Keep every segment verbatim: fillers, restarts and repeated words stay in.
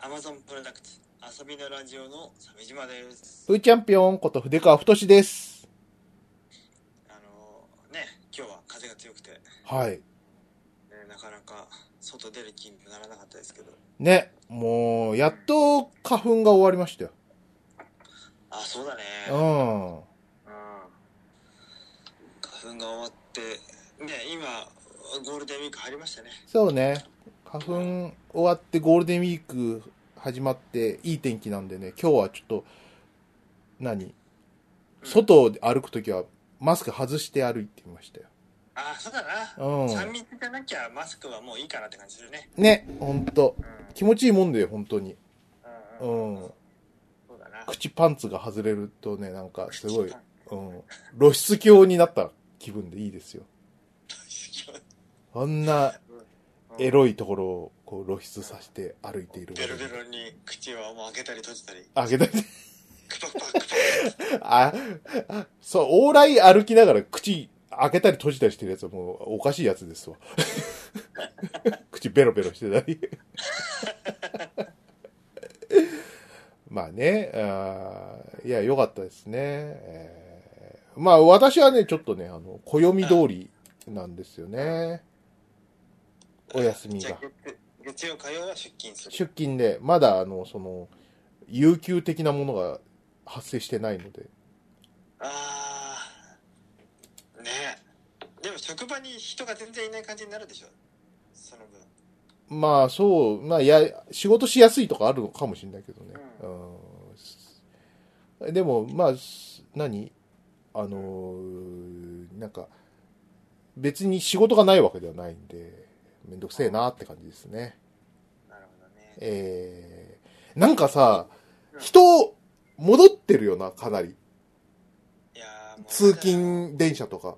Amazon プロダクツ遊びのラジオの鮫島です。 プーチャンピオンこと筆川太です。 あのー、ね、今日は風が強くて、 はい、 えー、なかなか外出る気にならなかったですけどね、もうやっと花粉が終わりましたよ。 あ、そうだね。 うん。 うん。花粉が終わってね、今ゴールデンウィーク入りましたね。 そうね。花粉終わってゴールデンウィーク始まっていい天気なんでね、今日はちょっと何、外を歩くときはマスク外して歩いてみましたよ。 あ、そうだな。 うん。 さん密じゃなきゃマスクはもういいかなって感じするね。 ね、ほんと。 うん、 気持ちいいもんだよ、本当に。 うんうんうん。 そうだな。 口パンツが外れるとね、なんかすごい、うん。露出狂になった気分でいいですよ。そんなエロいところをこう露出させて歩いている。 ベロベロに口をもう開けたり閉じたり。 開けたり。 クパクパクパ。 あ、そう、往来歩きながら口開けたり閉じたりしてるやつはもうおかしいやつですわ。口ベロベロしてたり。まあね、あいや、良かったですね。えー、まあ私はね、ちょっとね、あの、暦通りなんですよね。お休みが。 月, 月曜火曜は出勤する。 出勤で、まだあの、その、有給的なものが発生してないので。 あー、ねえ。でも職場に人が全然いない感じになるでしょ、その分。 まあそう、まあや、仕事しやすいとかあるのかもしれないけどね。うん、でも、まあ、何あのー、なんか、別に仕事がないわけではないんで、めんどくせえなって感じですね。 なるほどね。 えー、なんかさ、人、戻ってるよな、かなり。 いやもう通勤電車とか。 うん。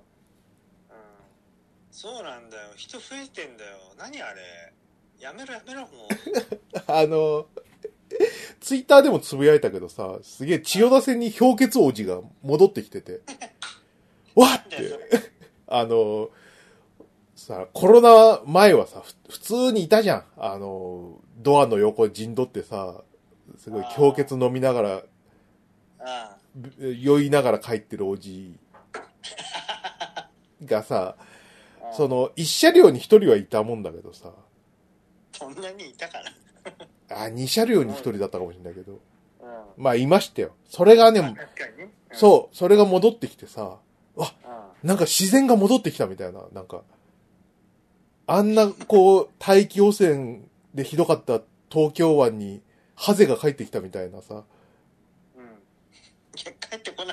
そうなんだよ。人増えてんだよ。何あれ。やめろやめろ、もう。 あの、ツイッターでもつぶやいたけどさ、すげえ千代田線に氷結王子が戻ってきてて、わっって、あの、さ、コロナ前はさ、普通にいたじゃん。あの、ドアの横陣取ってさ、すごい氷結飲みながら、 ああ酔いながら帰ってるおじがさ、その、一車両に一人はいたもんだけどさ、 そんなにいたかな。 あ、二車両に一人だったかもしれないけど、 うん、 まあいましたよ。それがね、 確かにね、うん、 そう、それが戻ってきてさ、あ、 うん、 なんか自然が戻ってきたみたいな、なんか、あんな、こう、大気汚染でひどかった東京湾に、ハゼが帰ってきたみたいなさ。 うん。いや、帰ってこない。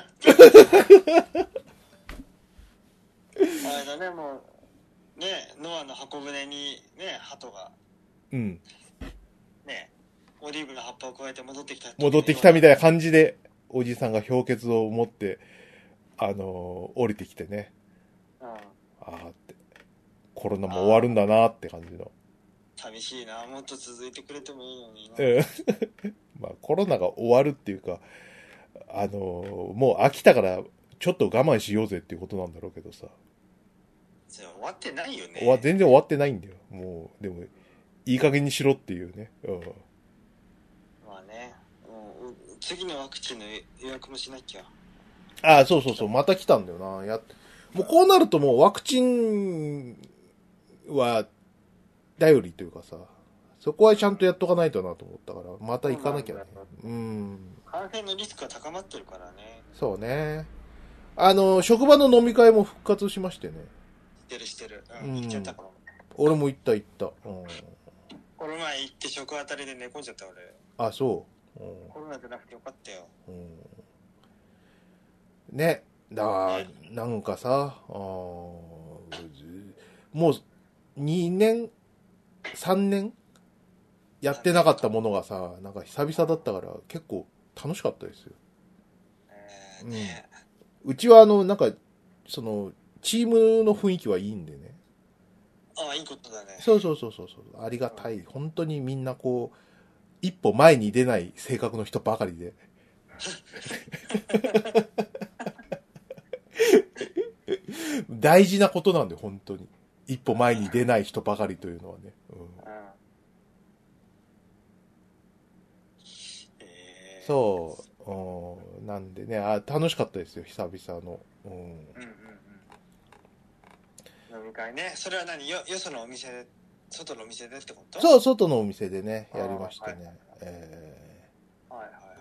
あれだね、もう、ね、ノアの箱舟に、ね、鳩が、 うん。 ね、オリーブの葉っぱを加えて戻ってきた。 戻ってきたみたいな感じで、おじさんが氷結を持って、あのー、降りてきてね。 うん。ああーって。コロナも終わるんだなって感じの。 寂しいな、もっと続いてくれてもいいのにな。 うん。まあコロナが終わるっていうか、あのー、もう飽きたからちょっと我慢しようぜっていうことなんだろうけどさ。 それ終わってないよね。 終わ全然終わってないんだよ。もう、でも、いい加減にしろっていうね。うん。 まあね、もう次のワクチンの予約もしなきゃ。 ああ、そうそうそう、また来たんだよな。や、もうこうなるともうワクチンは頼りというかさ、そこはちゃんとやっとかないとなと思ったから、また行かなきゃね。うん。 感染のリスクが高まってるからね。 そうね。あの、職場の飲み会も復活しましてね。 してるしてる。うん、行っちゃったから。 俺も行った行った。うん。 この前行って食あたりで寝込んじゃった俺。 あ、そう。うん、 コロナじゃなくてよかったよ。 うん、ね。だから、なんかさ、あもうにねん、さんねんやってなかったものがさ、なんか久々だったから結構楽しかったですよ。 えー、ね、 うん。うちはあの、なんか、その、チームの雰囲気はいいんでね。 ああ、いいことだね。 そうそうそうそうそう。ありがたい。本当にみんなこう、一歩前に出ない性格の人ばかりで。大事なことなんで、本当に。一歩前に出ない人ばかりというのはね。うん、 そう、うん、なんでね、あ、楽しかったですよ、久々の。うん。うんうんうん。飲み会ね。それは何よ、よそのお店で、外のお店でってこと？ そう、外のお店でね、やりましたね。 はいはい、 えはいはいはいはい。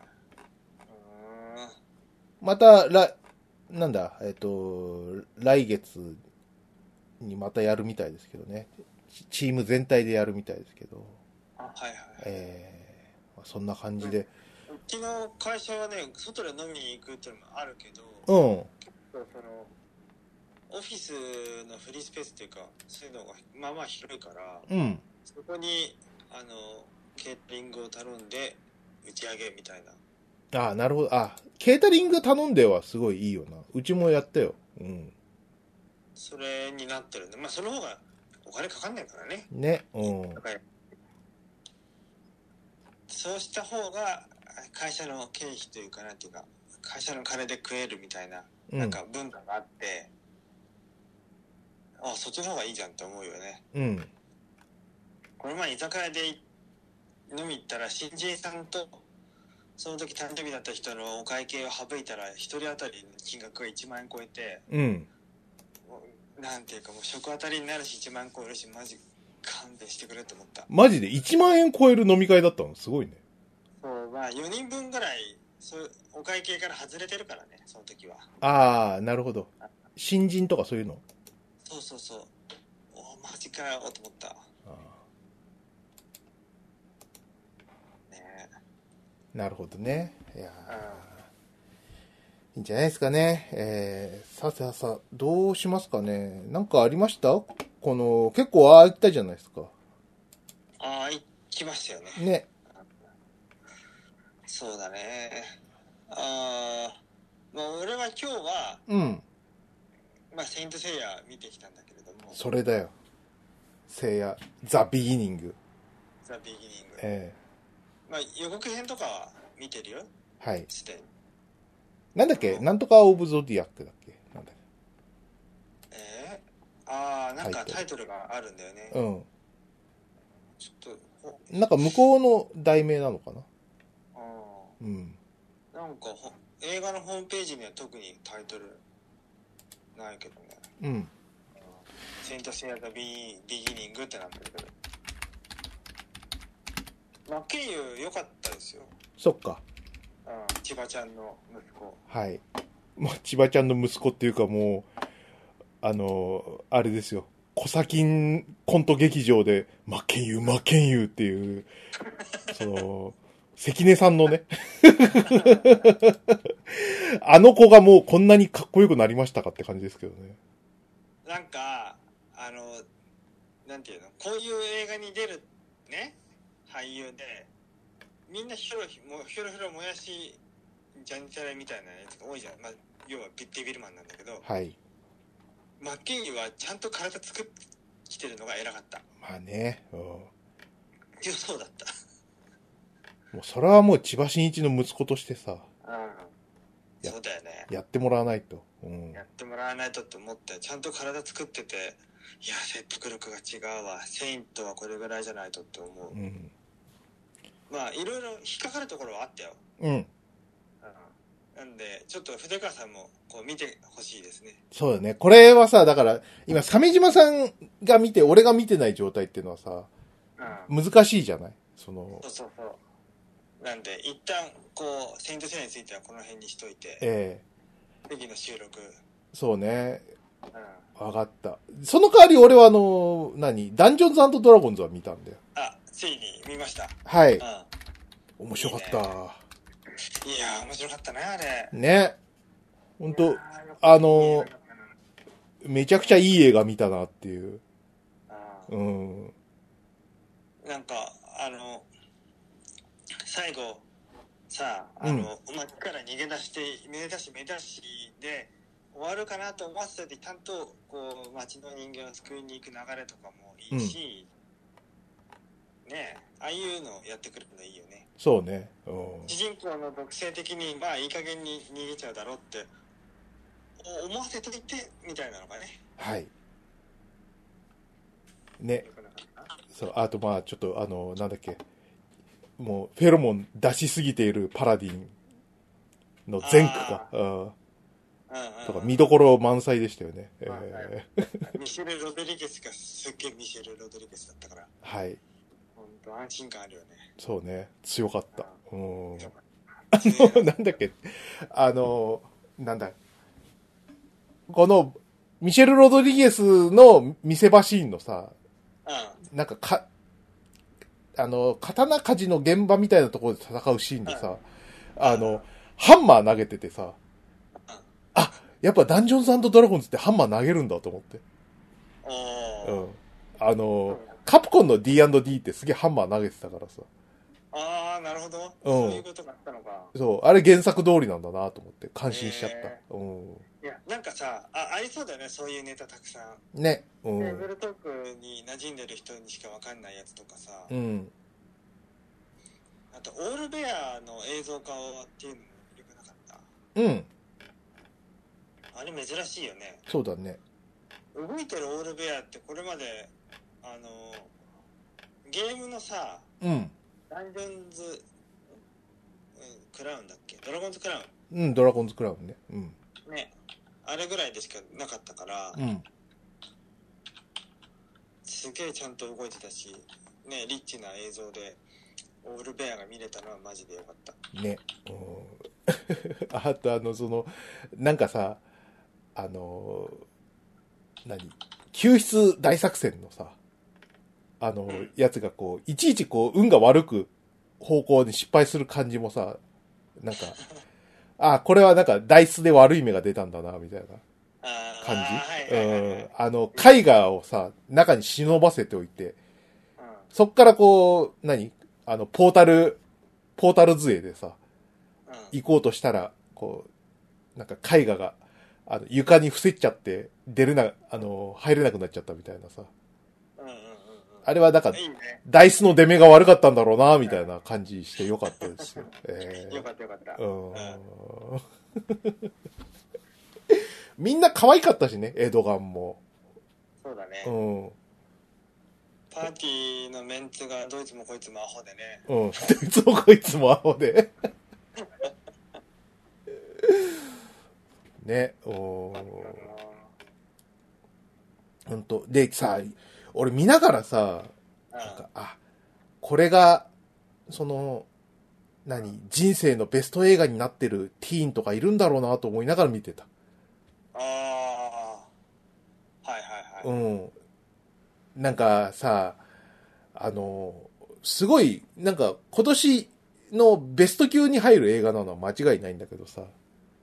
うーん。 ー、また、ら、なんだ、えっと、来月にまたやるみたいですけどね。チーム全体でやるみたいですけど。 あ、はいはいはい。 えー、そんな感うん、 じで。 うちの会社はね、外で飲みに行くっていうのもあるけど、 うん。 そのオフィスのフリースペースっていうか、そういうのがまあまあ広いから、 うん。 そこにあのケータリングを頼んで打ち上げみたいな。 ああ、なるほど。あ、ケータリング頼んではすごいいいよな。うちもやったよ。うん。 それになってるんで、まあその方がお金かかんないからね。 ね。うん。 そうした方が会社の経費というかなんていうか、会社の金で食えるみたいな、 うん、 なんか文化があって、あ、そっちの方がいいじゃんって思うよね。 うん。 この前居酒屋で飲み行ったら新人さんとその時誕生日だった人のお会計を省いたら一人当たりの金額がいちまん円超えて、 うん。 もうなんていうかもう食当たりになるしいちまん円超えるし、マジ勘弁してくれと思った。 マジでいちまん円超える飲み会だったのすごいね。 そう、まあよにんぶんぐらいそうお会計から外れてるからね、その時は。 ああ、なるほど。新人とかそういうの。 そうそうそう、おマジかよと思った。あね、 なるほどね。いや、 うん、 いいんじゃないですかね。えー、さあさあ、どうしますかね。なんかありましたこの、結構ああ、行ったじゃないですか。 ああ、行きましたよね。 ね。 そうだね。ああ、まあ俺は今日は、 うん。 まあセイントセイヤ見てきたんだけれども。 それだよ。聖夜、ザ・ビギニング。 ザ・ビギニング。 えまあ予告編とかは見てるよ。 えー、はい。 すでに。 なんだっけなんとかオブ・ゾディアックだっけなんだっけえー、ああ、なんかタイトルタイトルがあるんだよね。 けうん。 ちょっと、 なんか向こうの題名なのかなあうん。 なんかほ映画のホームページには特にタイトルないけどね。 うん。 セイントセイヤザビビギニングってなってるけど。マッケンユー良かったですよ。 そっか。 うん、千葉ちゃんの息子。 はい。もう千葉ちゃんの息子っていうかもう、あの、あれですよ。コサキンコント劇場で、マッケンユー、マッケンユーっていう、その、関根さんのね、あの子がもうこんなにかっこよくなりましたかって感じですけどね。 なんか、あの、なんていうの、こういう映画に出るね、俳優で、みんなヒョロヒもヒョロヒョロもやし、ジャンチャラみたいなやつが多いじゃん。まあ、要はビッティビルマンなんだけど、 はい。 マッケンユーはちゃんと体作ってきてるのが偉かった。 まあね。うん。 いや、そうだった。 もうそれはもう千葉真一の息子としてさ、 うん。そうだよね。 やってもらわないと。うん。 やってもらわないとって思って、ちゃんと体作ってて、いや、説得力が違うわ。セイントはこれぐらいじゃないとって思う。 うん。 まあ、いろいろ引っかかるところはあったよ。 うん。 うん。なんで、ちょっと筆川さんもこう見てほしいですね。 そうだね。これはさ、だから、今、鮫島さんが見て、俺が見てない状態っていうのはさ、 うん。 難しいじゃないその、 そうそうそう。なんで、一旦、こう、セイントセイヤについてはこの辺にしといて、 ええ次の収録。 そうね。 うん。 わかった。その代わり俺はあの、何ダンジョンズドラゴンズは見たんだよ。 あ、ついに見ました。 はい。 うん。 面白かった。 いいね、いやー、面白かったね、あれ。 ね。ほんと、あの、めちゃくちゃいい映画見たなっていう。うん。 なんか、あの、最後、さあ、あの、うん、街から逃げ出して、目出し目出しで終わるかなと思わせて、ちゃんと、こう、街の人間を救いに行く流れとかもいいし、うん、ねえ、ああいうのやってくるのいいよね。 そうね。うん、 主人公の属性的に、まあ、いい加減に逃げちゃうだろうって思わせといて、みたいなのがね。 はい。ね。そう、あとまあ、ちょっと、あの、なんだっけ。 もうフェロモン出しすぎているパラディンの前区か、うん、とか見どころ満載でしたよね。えー、ミシェル・ロドリゲスがすっげえミシェル・ロドリゲスだったから。 はい。 本当安心感あるよね。 そうね、強かった。うん。あの、なんだっけ、あの、なんだ、この、ミシェル・ロドリゲスの見せ場シーンのさ、うん、なんかか、あの、刀鍛冶の現場みたいなところで戦うシーンでさ、うん、あの、ハンマー投げててさ、うん、あ、やっぱダンジョンズ&ドラゴンズってハンマー投げるんだと思って。うん。あの、カプコンの ディーアンドディー ってすげえハンマー投げてたからさ。 ああ、なるほど。うん。そういうことがあったのか。 そう。あれ原作通りなんだなと思って感心しちゃった。うん。 いや、なんかさ、あ、ありそうだよね、そういうネタたくさん。 ね。うん。 テーブルトークに馴染んでる人にしかわかんないやつとかさ。 うん。 あと、オールベアの映像化っていうのもよくなかった。 うん。 あれ珍しいよね。 そうだね。 動いてるオールベアってこれまで、あの、ゲームのさ、 うん。 ダンジョンズ、うん、クラウンだっけ？ドラゴンズクラウン。うん、ドラゴンズクラウンね。うん。 ね。あれぐらいでしかなかったから、 うん。 すげえちゃんと動いてたし、ね、リッチな映像で、オールベアが見れたのはマジでよかった。 ね。うん。あとあの、その、なんかさ、あの、何？救出大作戦のさ、あの、うん、やつがこう、いちいちこう、運が悪く方向に失敗する感じもさ、なんか、あ、これはなんか、ダイスで悪い目が出たんだな、みたいな感じ。うん。あの、絵画をさ、中に忍ばせておいて、うん、そっからこう、何？あの、ポータル、ポータル杖でさ、うん、行こうとしたら、こう、なんか絵画が、あの、床に伏せちゃって、出れな、あの、入れなくなっちゃったみたいなさ。あれはだから、いいね、ダイスの出目が悪かったんだろうな、みたいな感じしてよかったですよ。 えー、よかったよかった。 うん。うん、みんな可愛かったしね、エドガンも。 そうだね。 うん。 パーティーのメンツがどいつもこいつもアホでね。 うん。どいつもこいつもアホで。ね、おー。ほんと。で、さ、俺見ながらさ、なんか、あ、これが、その、何、人生のベスト映画になってるティーンとかいるんだろうなと思いながら見てた。 ああ、はいはいはい。 うん。なんかさ、あの、すごい、なんか今年のベスト級に入る映画なのは間違いないんだけどさ。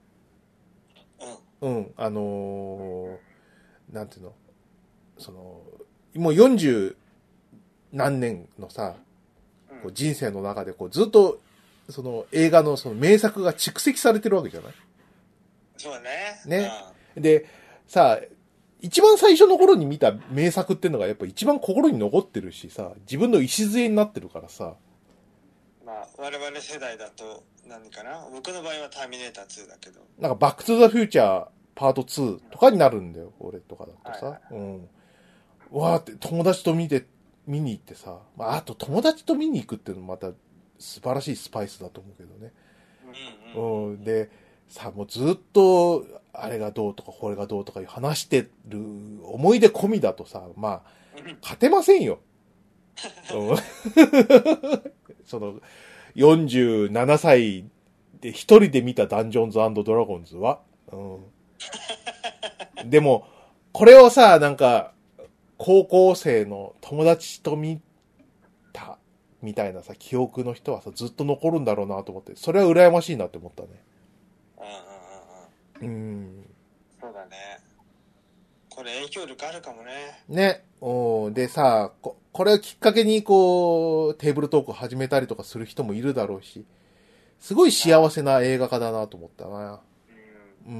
うん。うん、あのー、なんていうの、その、もうよんじゅう何年のさ、こう人生の中でこうずっと、その映画のその名作が蓄積されてるわけじゃない？ そうね。 ね。うん、で、さ、一番最初の頃に見た名作っていうのがやっぱ一番心に残ってるしさ、自分の礎になってるからさ。 まあ、我々世代だと何かな？僕の場合はターミネーターツーだけど。 なんかバックトゥザフューチャーパートツーとかになるんだよ、うん、俺とかだとさ。はいはい、うん。わーって友達と見て、見に行ってさ、まあ、あと友達と見に行くっていうのもまた素晴らしいスパイスだと思うけどね。うん、うん、で、さ、もうずっと、あれがどうとかこれがどうとかいう話してる思い出込みだとさ、まあ、勝てませんよ。うん、その、よんじゅうななさいで一人で見たダンジョンズ&ドラゴンズは。うん、でも、これをさ、なんか、高校生の友達と見たみたいなさ、記憶の人はさ、ずっと残るんだろうなと思って、それは羨ましいなって思ったね。 うんうんうんうん。うん。そうだね。これ影響力あるかもね。 ね。おでさこ、これをきっかけにこう、テーブルトーク始めたりとかする人もいるだろうし、すごい幸せな映画化だなと思ったな。うん。うん。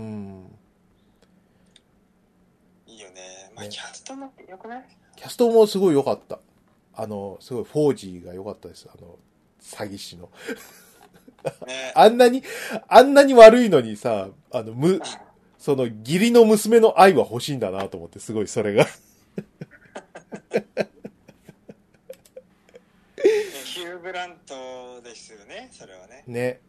いいよね。まあ、ね、キャストも良くない？ キャストもすごい良かった。あの、すごいフォージーが良かったです。あの、詐欺師の。ね、あんなに、あんなに悪いのにさ、あの、む、その義理の娘の愛は欲しいんだなと思って、すごいそれが。 ヒュー・グラントですよね、それはね。 ね。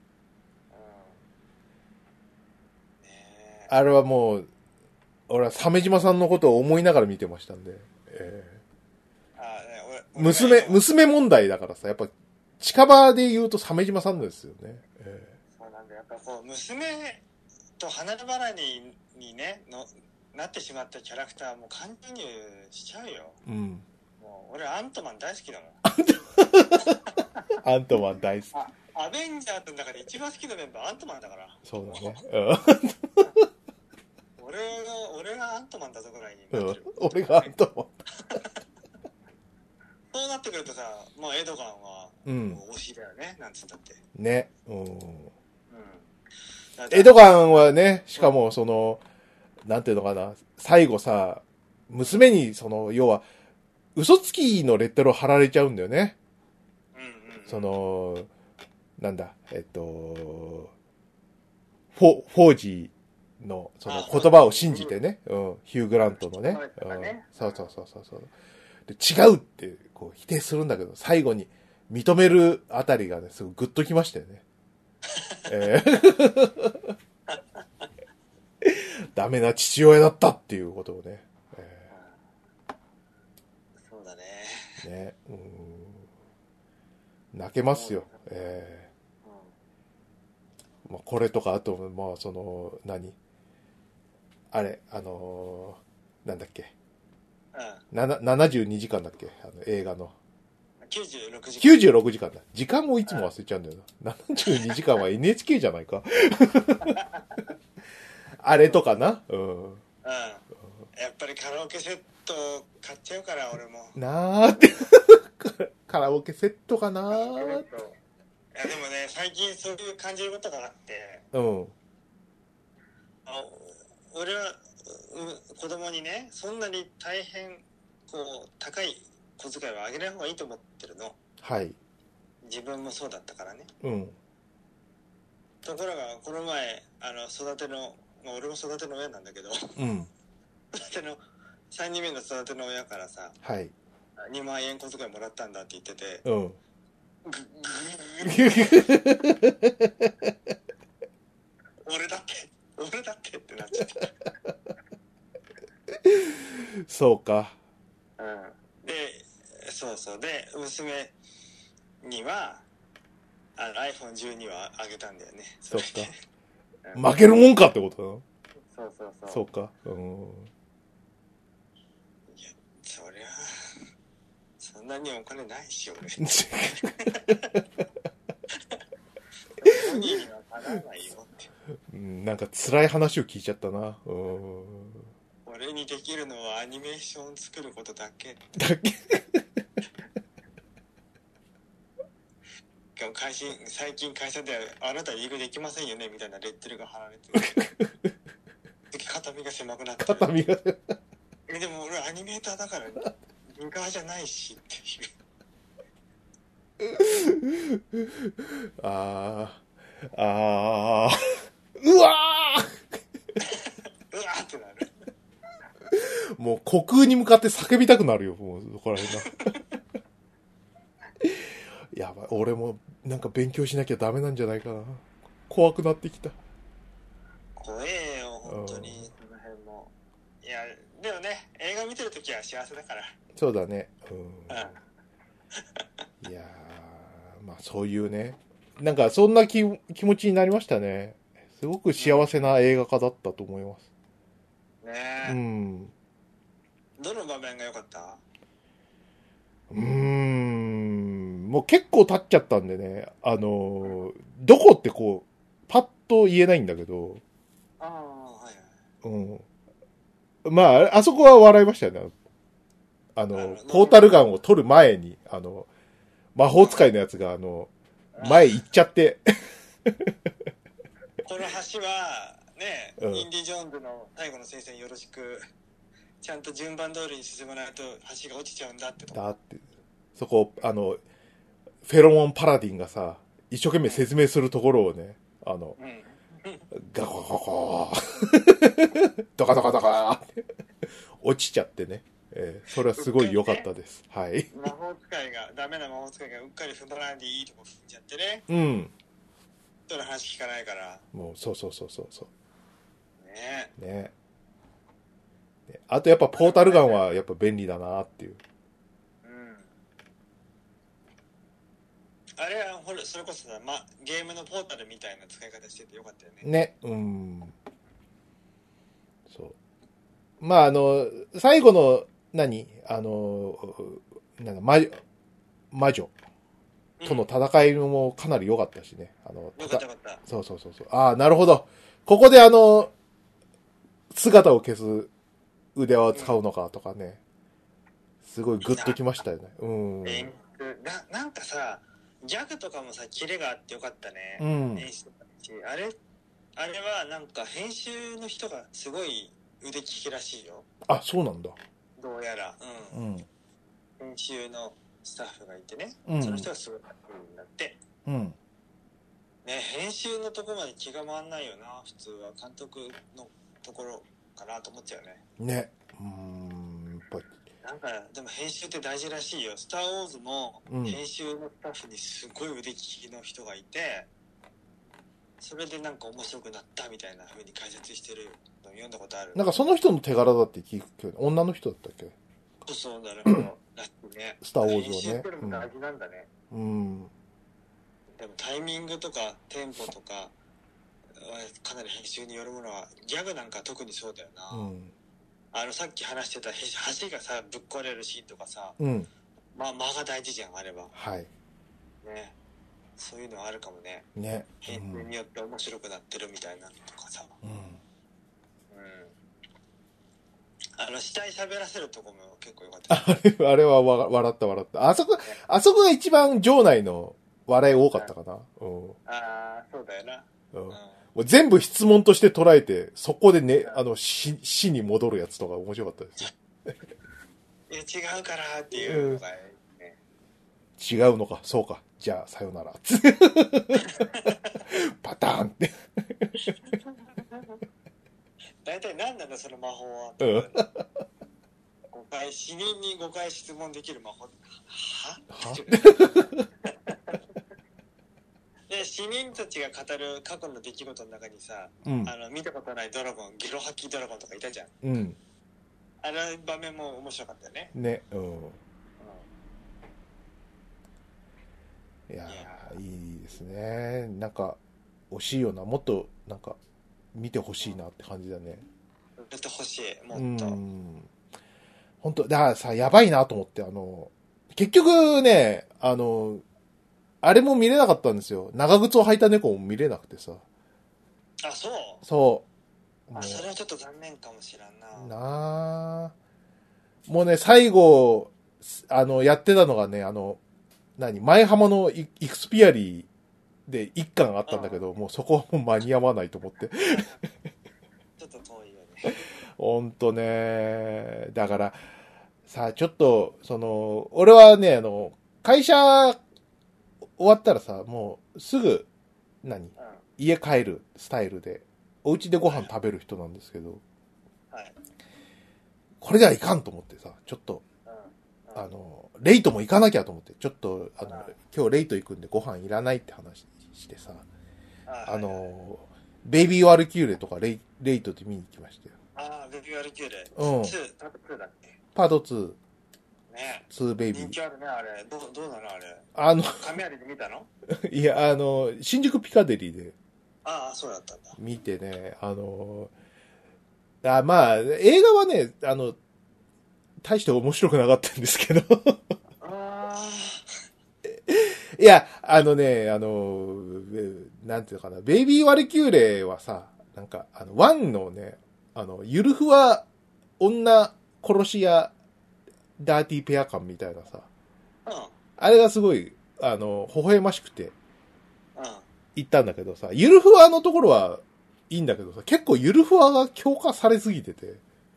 うん、ねあれはもう、俺は鮫島さんのことを思いながら見てましたんで。えあ、ね、俺、 ー、 俺娘、 が娘問題だからさ、やっぱ、近場で言うと鮫島さんですよね。えそうなんだ、やっぱこう、娘と離れ離れににね、のなってしまったキャラクターも感情移入しちゃうよ。 ー、うん。 もう俺アントマン大好きだもん。 アントマン大好き。 あ、アベンジャーズの中で一番好きなメンバーアントマンだから。 そうだね。 俺が、俺がアントマンだぞぐらいにうん。 なってる。 俺がアントマン。 そうなってくるとさ、まあエドガンは、 うんもう推しだよね、なんつったって。 ね。うん。 うん。 エドガンはね、しかもその、なんていうのかな、最後さ、娘にその、要は、嘘つきのレッテルを貼られちゃうんだよね。 うんうんうん、 その、なんだ、えっと、フォ、フォージーのその言葉を信じてね、うん、ヒュー・グラントのね、うん、そうそうそうそうそうで。違うってこう否定するんだけど、最後に認めるあたりがね、すごいグッときましたよね。えーダメな父親だったっていうことをね。えー、そうだね。 ね、うん、泣けますよ。えーまあ、これとか、あと、まあ、その、何あれ、あのー、なんだっけ。 うん、 ななななじゅうにじかんだっけあの映画の。 きゅうじゅうろくじかん。 きゅうじゅうろくじかんだ。時間もいつも忘れちゃうんだよな。ななじゅうにじかんは エヌエイチケー じゃないか。あれとかな。うん。うん。 やっぱりカラオケセット買っちゃうから俺も。 なーって。カラオケセットかなー。いやでもね、最近そういう感じることがあって。 うん。 あ、俺は子供にね、そんなに大変こう高い小遣いはあげない方がいいと思ってるの。 はい。 自分もそうだったからね。 うん。 ところがこの前あの育ての、まあ、俺も育ての親なんだけど、 うん。 育てのさんにんめの育ての親からさ、 はい。 にまん円小遣いもらったんだって言ってて、 うん。 ぐぐ俺だって俺だってってなっちゃってそうか。 うん、でそうそうで娘にはあの アイフォンじゅうに はあげたんだよね。 そっか、 うん、 負けるもんかってことな。 そうそうそうそうか。うん。 いやそりゃそんなにお金ないし俺本人にはかなわないよって、 うん、なんか辛い話を聞いちゃったな。うん。 俺にできるのはアニメーション作ることだけだけ会社最近会社ではあなたリーグできませんよねみたいなレッテルが貼られて肩身が狭くなってる。 肩身がえでも俺アニメーターだからリーガーじゃないしっていうあーあーうわーうわーってなる。 もう虚空に向かって叫びたくなるよ、もうそこら辺がやばい、俺もなんか勉強しなきゃダメなんじゃないかな。怖くなってきた。 怖えよ本当に、その辺も。いやでもね、映画見てるときは幸せだから。 そうだね。うん。 うん、 いやー、まあそういうね、なんかそんな 気, 気持ちになりましたね。すごく幸せな映画化だったと思います。 ねえ。 うん。 どの場面が良かった？ うーん。もう結構経っちゃったんでね、あのー、どこってこう、パッと言えないんだけど、 ああ、はいはい。 うん。まあ、あそこは笑いましたよね。あの、ポータルガンを取る前に、あの、魔法使いのやつが、あの、前行っちゃって。 この橋は、ね、 うん、 インディ・ジョーンズの最後の聖戦よろしく、ちゃんと順番通りに進まないと橋が落ちちゃうんだってと。 だって、そこ、あの、フェロモンパラディンがさ、一生懸命説明するところをね、あの、うん、ガコガコドカドカドカって落ちちゃってね。 えー、それはすごい良かったです。はい。 魔法使いが、ダメな魔法使いがうっかり踏まないでいいとこ踏んじゃってね。 うん。 人の話聞かないから。 もう、そうそうそうそうそう。 ねね。ね、あとやっぱポータルガンはやっぱ便利だなっていう。 うん。あれは、ほら、それこそさ、ま、ゲームのポータルみたいな使い方しててよかったよね。 ね。うん。そう。まあ、あの、最後の、何あの、なんか魔、魔女との戦いもかなり良かったしね。あの、 よかったよかった。 そうそうそうそう。ああ、なるほど。ここであの、姿を消す腕輪を使うのかとかね。すごいグッときましたよね。うん。 演出な、なんかさ、ギャグとかもさ、キレがあってよかったね。 うん。 演出だし、あれ、あれはなんか編集の人がすごい腕利きらしいよ。 あ、そうなんだ。 どうやら。うん。 うん。 編集のスタッフがいてね。 うん、 その人がすごいかっこいいんだって。 うん。 ね、編集のとこまで気が回んないよな、普通は。監督のところかなと思っちゃうね。 ね。うーん、やっぱり。 なんか、でも編集って大事らしいよ。スター・ウォーズも編集のスタッフにすごい腕利きの人がいて、それでなんか面白くなったみたいな風に解説してるのを読んだことある。 なんかその人の手柄だって聞くけど、女の人だったっけ？ そうそうだね。らしいね。 スター・ウォーズをね。 編集ってのも大事なんだね。 うん。 でもタイミングとかテンポとかはかなり編集によるものは、ギャグなんか特にそうだよな。うん、あのさっき話してた橋がさぶっ壊れるシーンとかさ、うん、まあ間が大事じゃんあれば。はい。ね。そういうのはあるかもね。ね。編集によって面白くなってるみたいなのとかさ。うん。うん。あの死体喋らせるとこも結構良かった、ね。 あれ、あれはわ笑った笑った。あそこ、あそこが一番場内の笑い多かったかな。うん。 ああ、そうだよな。うん。うん、もう全部質問として捉えて、そこでね、あの、死、死に戻るやつとか面白かったですね。 いや、違うからっていうのが、ね、 うん、違うのか、そうか。じゃあ、さよなら。パターンって。 大体何なんだ、その魔法は。うん。ごかい、死人にごかい質問できる魔法。ははで、死人たちが語る過去の出来事の中にさ、うん、あの、見たことないドラゴン、ゲロ吐きドラゴンとかいたじゃん。うん。あの場面も面白かったよね。ね、うん。うん、いやー、いいですね。なんか、惜しいよな。もっと、なんか、見てほしいなって感じだね。見てほしい、もっと。うん。本当だからさ、やばいなと思って、あの、結局ね、あの、あれも見れなかったんですよ。長靴を履いた猫も見れなくてさ。あ、そうそう。あ、それはちょっと残念かもしれんな。なあ。もうね、最後、あの、やってたのがね、あの、何前浜のイクスピアリーで一巻あったんだけど、もうそこはもう間に合わないと思って。ちょっと遠いよね。ほんとね。だから、さあ、ちょっと、その、俺はね、あの、会社、終わったらさ、もうすぐ、何、うん、家帰るスタイルで、お家でご飯食べる人なんですけど、はい、これではいかんと思ってさ、ちょっと、うんうん、あの、レイトも行かなきゃと思って、ちょっと、あの、うん、今日レイト行くんでご飯いらないって話してさ、あの、はいはい、ベイビーワルキューレとかレイレイトで見に行きましたよ。ああ、ベイビーワルキューレ。うん。ツー、パートツーだっけ？パートツー。ね、ツーベイビー。人気あるね、あれ。どう、どうなのあれ。あの、雷で見たの？いや、あの、新宿ピカデリーで。ああ、そうだったんだ。見てね、あの、あまあ、映画はね、あの、大して面白くなかったんですけど。あいや、あのね、あの、なんていうのかな、ベイビーワルキューレはさ、なんか、あの、ワンのね、あの、ゆるふわ女殺し屋ダーティーペア感みたいなさ、うん、あれがすごい、あの、微笑ましくて、うん、言ったんだけどさ、ゆるふわのところはいいんだけどさ、結構ゆるふわが強化されすぎてて、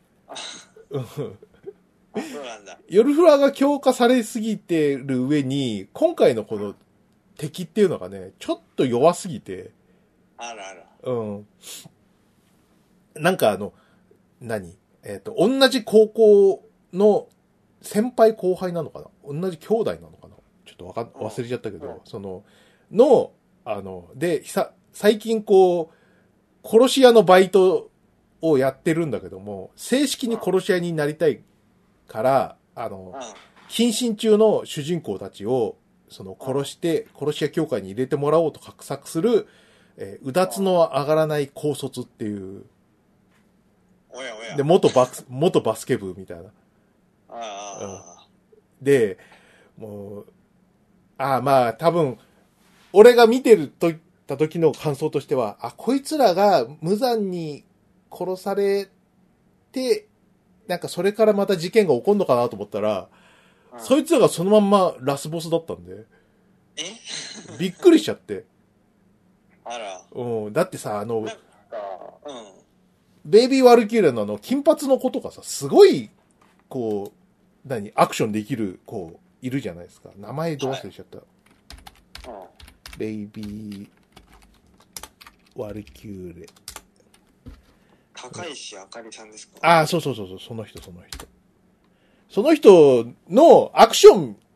そうなんだ。ゆるふわが強化されすぎてる上に、今回のこの敵っていうのがね、ちょっと弱すぎて、あらあら。うん。なんかあの、何えっと、同じ高校の先輩後輩なのかな、同じ兄弟なのかな、ちょっとわか忘れちゃったけど、その、の、あの、で、さ、最近こう、殺し屋のバイトをやってるんだけども、正式に殺し屋になりたいから、あの、謹慎中の主人公たちを、その殺して、殺し屋協会に入れてもらおうと画策する、えー、うだつの上がらない高卒っていう、 おやおや。 で、元バス、元バスケ部みたいな。 あうん、で、もう、ああ、まあ、多分、俺が見てるといった時の感想としては、あ、こいつらが無残に殺されて、なんかそれからまた事件が起こるのかなと思ったら、うん、そいつらがそのまんまラスボスだったんで、 えびっくりしちゃって。 あら。 うん、だってさ、あの、 なんか、うん。 ベイビー・ワルキューレのあの、金髪の子とかさ、すごい、こう、何、アクションできる子、いるじゃないですか。名前どう忘れちゃった。はい、うん、ベイビー・ワルキューレ。 高石あかりさんですか？ ああ、そうそうそうそう、その人、その人。その人のアクション、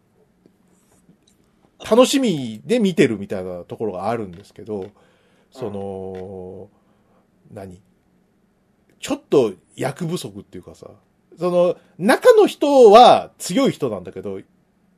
楽しみで見てるみたいなところがあるんですけど、その、うん、何ちょっと役不足っていうかさ、その、中の人は強い人なんだけど、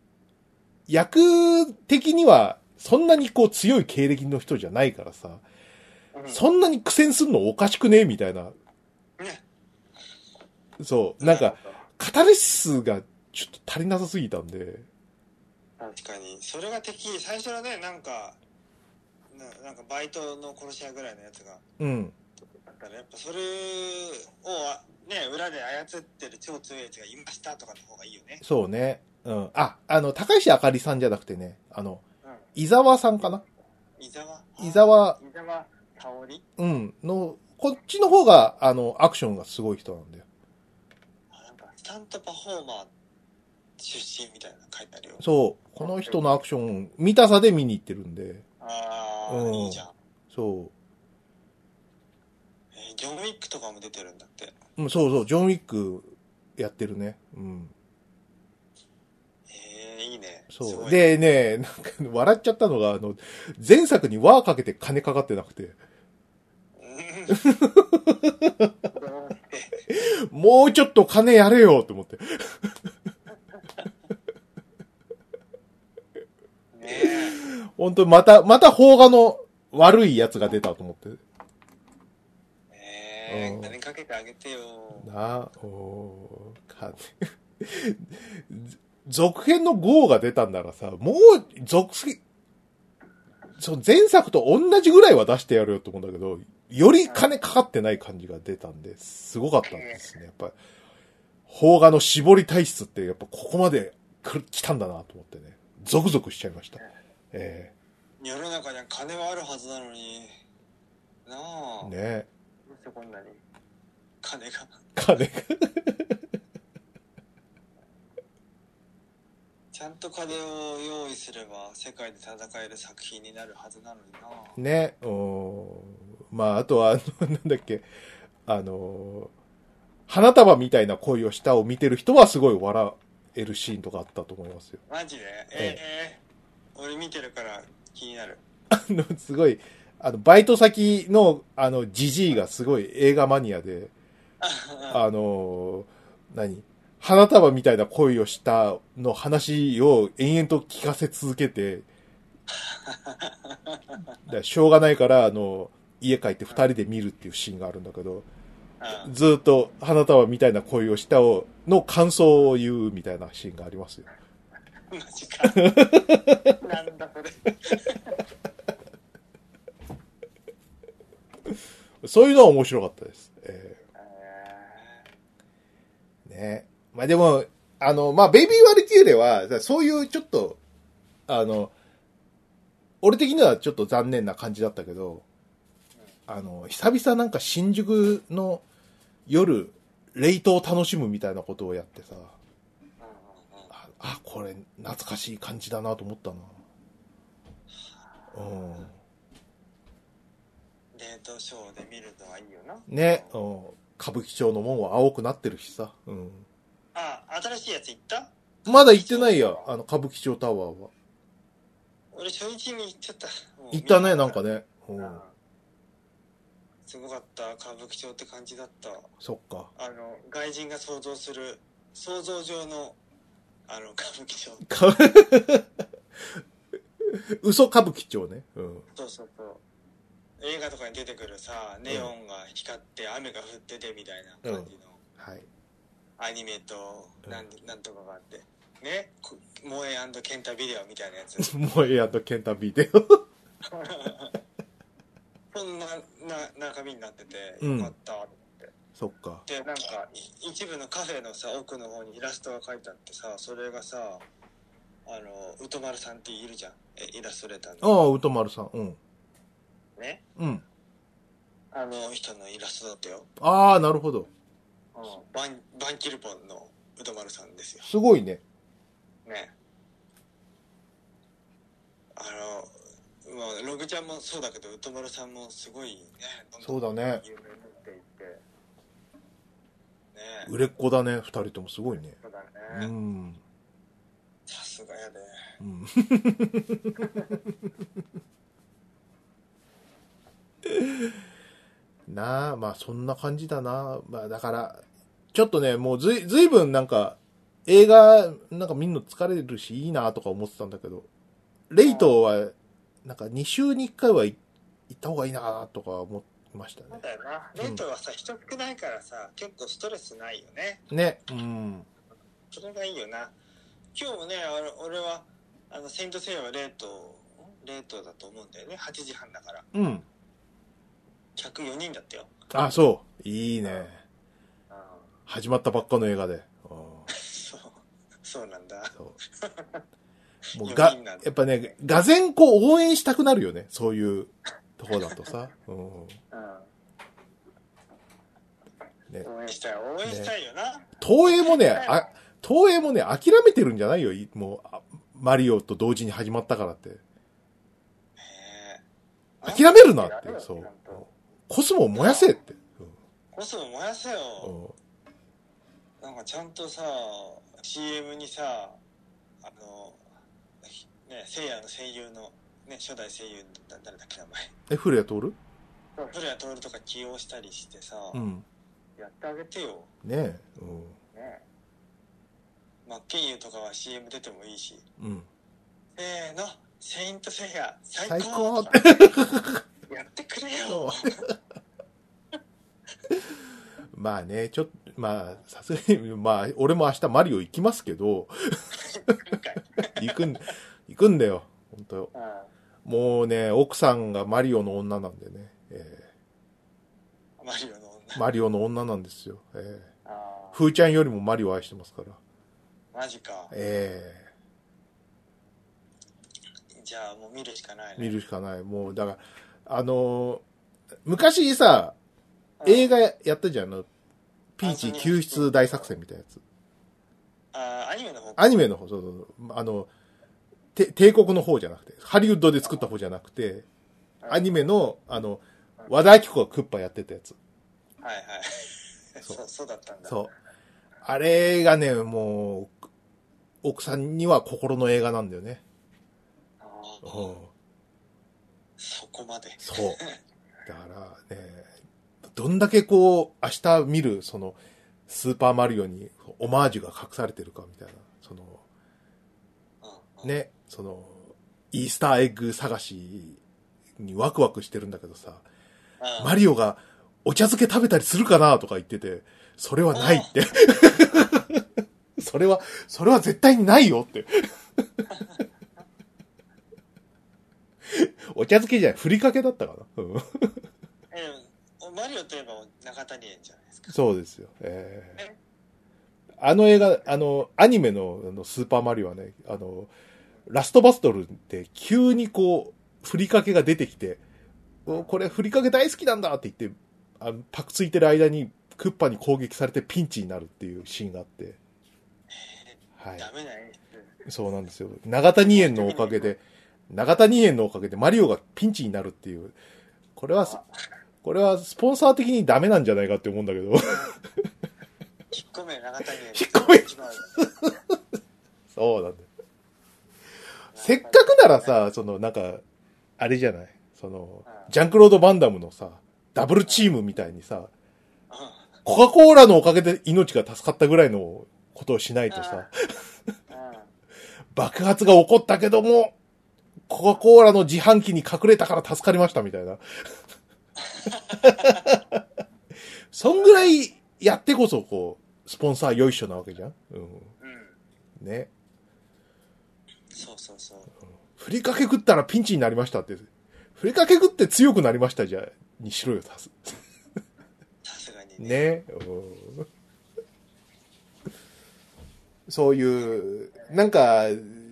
役的にはそんなにこう強い経歴の人じゃないからさ、うん、そんなに苦戦するのおかしくねみたいな。ね、そう、なんか、カタルシスがちょっと足りなさすぎたんで。 確かに。それが敵、最初はね、なんか、な, なんかバイトの殺し屋ぐらいのやつが。 うん。 だからやっぱそれをね、裏で操ってる超強いやつがいましたとかの方がいいよね。 そうね。うん。あ、あの、高石あかりさんじゃなくてね、あの、うん、伊沢さんかな伊沢伊沢。 伊沢沙織うん。の、こっちの方が、あの、アクションがすごい人なんだよ。 あ、なんか、スタントパフォーマー出身みたいなの書いてあるよ。 そう。この人のアクション、見たさで見に行ってるんで。 ああ、うん、いいじゃん。 そう。 ジョン・ウィックとかも出てるんだって。 うん、そうそう、ジョン・ウィックやってるね。うん。 ええー、いいね。 そう。でね、なんか笑っちゃったのが、あの、前作に輪かけて金かかってなくて。もうちょっと金やれよって思って。ねえ。本当にまた、また邦画の悪いやつが出たと思って。 えー、金かけてあげてよ。 なあ、おー、続編のゴーが出たんならさ、もう、続編、そう、前作と同じぐらいは出してやるよと思うんだけど、より金かかってない感じが出たんで、すごかったんですね。やっぱり、邦画の絞り体質って、やっぱここまで来たんだなと思ってね、ゾクゾクしちゃいました。えー、世の中には金はあるはずなのに、なあ。 ねえ。 こんなに金が金がちゃんと金を用意すれば世界で戦える作品になるはずなのにな。 ね、おまああとはあのなんだっけあの花束みたいな恋をしたを見てる人はすごい笑えるシーンとかあったと思いますよ。 マジで？ええー、俺見てるから気になる。 あのすごいあの、バイト先の、あの、ジジイがすごい映画マニアで、あの、何花束みたいな恋をしたの話を延々と聞かせ続けて、だしょうがないから、あの、家帰って二人で見るっていうシーンがあるんだけど、ずっと花束みたいな恋をしたを、の感想を言うみたいなシーンがありますよ。 マジか。なんだそれ。 そういうのは面白かったです。えー、ね。まあでも、あの、まあ、ベイビー・ワルキューレは、そういうちょっと、あの、俺的にはちょっと残念な感じだったけど、あの、久々なんか新宿の夜、レイトを楽しむみたいなことをやってさ、あ、あこれ懐かしい感じだなと思ったな。うん。 レートショーで見るのはいいよな。 ね、うん、歌舞伎町の門は青くなってるしさ。うん。 あ、新しいやつ行った？ まだ行ってないよ、あの、歌舞伎町タワーは。 俺初日に行っちゃった。 行ったね、なんかね。うん。 すごかった、歌舞伎町って感じだった。 そっか。 あの、外人が想像する、想像上の、あの、歌舞伎町。 嘘歌舞伎町ね。うん。 そうそうそう。映画とかに出てくるさ、ネオンが光って雨が降っててみたいな感じの、 うん、はい、 アニメとなん、うん、なんとかがあってね、萌え&ケンタビデオみたいなやつ。 萌え&ケンタビデオそんなな中身になっててよかったと思って、うん、 そっか。 でなんか一部のカフェのさ奥の方にイラストが描いてあってさ、それがさ、あのうとまるさんっているじゃん、えイラストレーターの。 ああ、うとまるさん。うん。 ね。 うん。 あの人のイラストだったよ。 ああ、なるほど。 うん、バンバンキルポンのうとまるさんですよ。 すごいね。ね。 あの、まあ、ログちゃんもそうだけど、うとまるさんもすごいね。 そうだね。 有名になっていて。ね。 売れっ子だね、二人ともすごいね。 そうだね。うん。さすがやで。うん。 なあ、まあそんな感じだな。まあだから、ちょっとね、もうずい、ずいぶんなんか、映画、なんか見んの疲れるしいいなとか思ってたんだけど、レイトは、なんかに週にいっかいは行った方がいいなとか思いましたね。 そうだよな。レイトはさ、うん、人少ないからさ、結構ストレスないよね。 ね。うん。 それがいいよな。今日もね、あの俺は、あの、セイントセイヤはレイト、レイトだと思うんだよね。はちじはんだから。 うん。 客よにんだったよ。 あ、そう。いいね。始まったばっかの映画で。 そう。そうなんだ。そう。 もうが、やっぱね、がぜんこう応援したくなるよね。そういうところだとさ。うん。 ね、応援したい。応援したいよな。ね、 東映もね、あ、東映もね、諦めてるんじゃないよ。もう、マリオと同時に始まったからって。諦めるなって。そう。コスモを燃やせって。 うん、コスモ燃やせよ。うん、なんかちゃんとさ、シーエム にさ、あの、ね、セイヤの声優の、ね、初代声優だ誰だっけ名前。 え、古谷徹？ 古谷徹とか起用したりしてさ、うん、やってあげてよ。 ねえ。うん。ねえ。マッケンユーとかは シーエム 出てもいいし。 うん。 せーの、セイントセイヤ、最高。 最高やってくれよ。 まあね、ちょっと、まあ、さすがに、まあ、俺も明日マリオ行きますけど、行くん、行くんだよ、本当よ。もうね、奥さんがマリオの女なんでね。えー、マリオの女マリオの女なんですよ。えー、ふーちゃんよりもマリオ愛してますから。 マジか。 ええー。じゃあもう見るしかないね。 見るしかない。もう、だから、あのー、昔さ、映画やったじゃん、の、ピーチ救出大作戦みたいなやつ。 ああ、アニメの方アニメの方、そうそうそう。あの、て帝国の方じゃなくて、ハリウッドで作った方じゃなくて、アニメの、あの、和田アキ子がクッパやってたやつ。 はいはい。そう、そうだったんだ。 そう。あれがね、もう、奥さんには心の映画なんだよね。 ああ。そこまで。 そう。だからね、どんだけこう、明日見る、その、スーパーマリオにオマージュが隠されてるかみたいな、その、ね、その、イースターエッグ探しにワクワクしてるんだけどさ、マリオがお茶漬け食べたりするかなとか言ってて、それはないって。それは、それは絶対にないよって。お茶漬けじゃない、ふりかけだったかな。 えー、マリオといえば中谷園じゃないですか。 そうですよ。えー、えあの映画、あの、アニメのあのスーパーマリオはね、あの、ラストバストルって急にこう、ふりかけが出てきて、これふりかけ大好きなんだって言って、あのパクついてる間にクッパに攻撃されてピンチになるっていうシーンがあって。 はい。ダメな演出。そうなんですよ。長谷園のおかげで、長谷園のおかげでマリオがピンチになるっていう。これは、これはスポンサー的にダメなんじゃないかって思うんだけど。 引っ込め長谷園。 引っ込めそうなんだよ。せっかくならさ、そのなんか、あれじゃないその、ジャンクロード・バンダムのさ、ダブルチームみたいにさ、コカ・コーラのおかげで命が助かったぐらいのことをしないとさ、爆発が起こったけども、コカ・コーラの自販機に隠れたから助かりましたみたいな。そんぐらいやってこそ、こう、スポンサーよいしょなわけじゃん、うん、うん。ね。 そうそうそう。 ふりかけ食ったらピンチになりましたって。ふりかけ食って強くなりましたじゃ、にしろよ、さす。 さすがにね。ね、うん。そういう、なんか、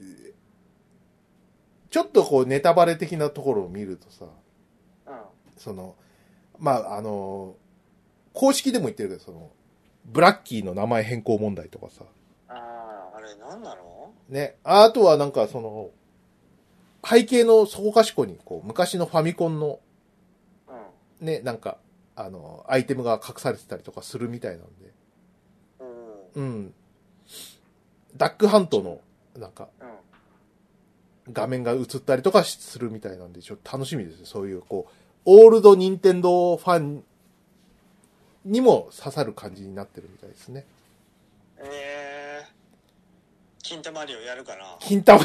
ちょっとこうネタバレ的なところを見るとさ、 うん、 その、まあ、あの、公式でも言ってるけど、その、ブラッキーの名前変更問題とかさ。 ああ、あれ何なの？ ね。あとはなんかその、背景のそこかしこに、こう、昔のファミコンの、 うん、 ね、なんか、あの、アイテムが隠されてたりとかするみたいなんで。うん。うん。ダックハントの、なんか、うん、画面が映ったりとかするみたいなんで、ちょっと楽しみですよ。そういう、こう、オールドニンテンドーファンにも刺さる感じになってるみたいですね。 えー、金玉マリオやるかな？ 金玉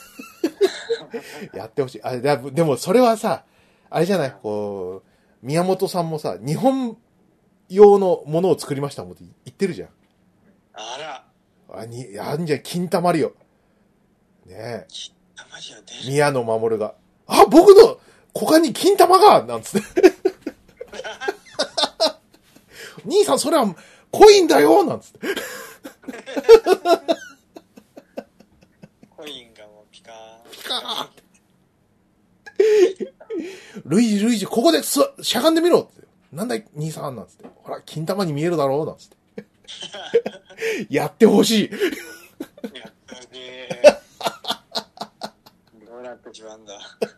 やってほしい。あれ、でもそれはさ、あれじゃない、こう、宮本さんもさ、日本用のものを作りましたもんって言ってるじゃん。 あら。 あに、あんじゃ、金玉マリオ。ねえ。 金玉マリオ出る。 宮野真守が、あ、僕の股間に金玉がなんつって。兄さん、それはコインだよなんつって。 コインがもうピカーン。 ピカーンって。ルイージ、ルイージ、ここで、す、しゃがんでみろって。なんだい、兄さんなんつって。ほら、金玉に見えるだろうなんつって。やってほしい。 やってほしい。どうなってしまうんだ。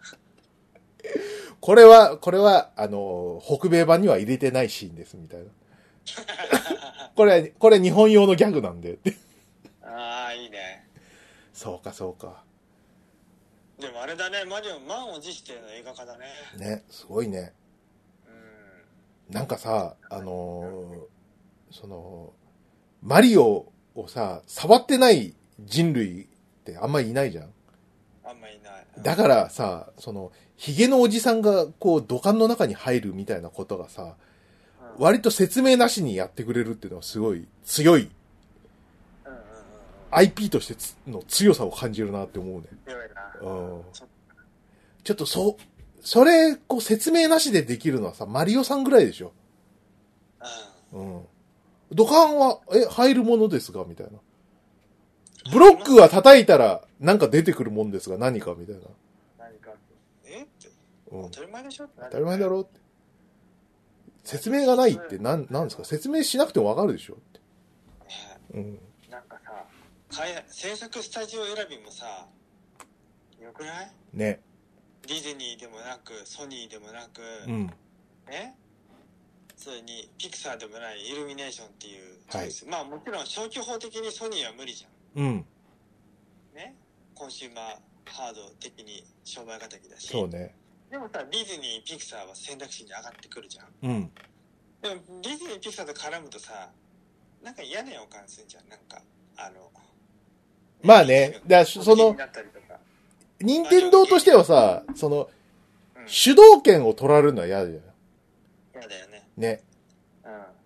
これは、これは、あの、北米版には入れてないシーンです、みたいな。これ、これ日本用のギャグなんで。 ああ、いいね。 そうか、そうか。 でもあれだね、マリオ、満を持しての映画化だね。 ね、すごいね。うん。なんかさ、あのー、その、マリオをさ、触ってない人類ってあんまりいないじゃん。 あんまりいない。 だからさ、その、ヒゲのおじさんがこう土管の中に入るみたいなことがさ、うん、割と説明なしにやってくれるっていうのはすごい強い、うんうんうん、アイピー としての強さを感じるなって思うね。強いな。うん。ちょっとそ、それ、こう説明なしでできるのはさ、マリオさんぐらいでしょ。うん。うん。土管は、え、入るものですがみたいな。ブロックは叩いたらなんか出てくるもんですが何かみたいな。 何かえって、うん、当たり前でしょ？ 当たり前だろって。説明がないって何、なんですか？説明しなくてもわかるでしょって。 ね、うん。なんかさ、制作スタジオ選びもさ、よくない？ ね。 ディズニーでもなく、ソニーでもなく、 うん。 ね。それにピクサーでもないイルミネーションっていうチョイス、はい、まあもちろん消去法的にソニーは無理じゃん。うん。ね、コンシューマーハード的に商売敵だし。 そうね。 でもさ、ディズニー、ピクサーは選択肢に上がってくるじゃん。 うん。 でもディズニー、ピクサーと絡むとさ、なんか嫌な予感するじゃん。なんかあの。 まあね、だその任天堂としてはさ、その、うん、主導権を取られるのは嫌だよ。 嫌だよね。 ね。 うん。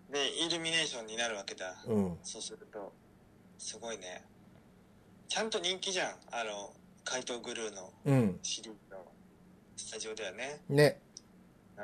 で、イルミネーションになるわけだ。 うん。 そうすると、すごいね。ちゃんと人気じゃん。あの、怪盗グルーのシリーズのスタジオだよね。 ね。 うん。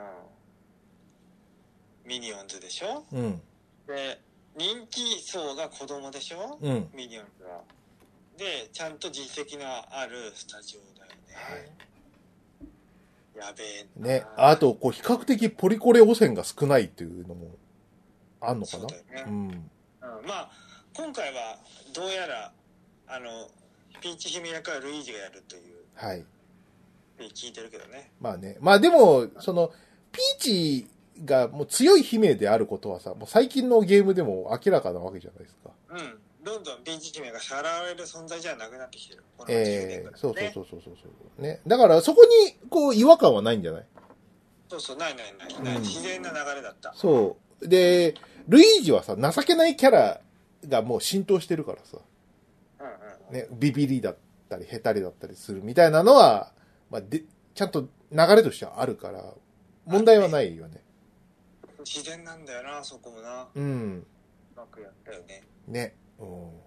ミニオンズでしょ？ うん。 で、人気層が子供でしょ？ うん。 ミニオンズは。で、ちゃんと実績のあるスタジオだよね。はい、やべえな。 ね。あと、こう、比較的ポリコレ汚染が少ないっていうのもあんのかな？そうだよね。うん。うん、 まあ、今回はどうやら、あの、ピーチ姫役はルイージがやるという。 はい。 聞いてるけどね。 まあね。まあでも、その、ピーチがもう強い姫であることはさ、もう最近のゲームでも明らかなわけじゃないですか。 うん。どんどんピーチ姫がさらわれる存在じゃなくなってきてる。このじゅうねんええー、 ぐらい、ね。 そうそうそうそうそうね。だからそこにこう違和感はないんじゃない？ そうそう、ないないないない、うん、自然な流れだった。 そう。で、ルイージはさ、情けないキャラがもう浸透してるからさ。 うんうんうん、 ね、ビビりだったり、ヘタレだったりするみたいなのは、まあ、で、ちゃんと流れとしてはあるから、問題はないよね。 自然なんだよな、そこもな。 うん。 うまくやったよね。 ね。うん。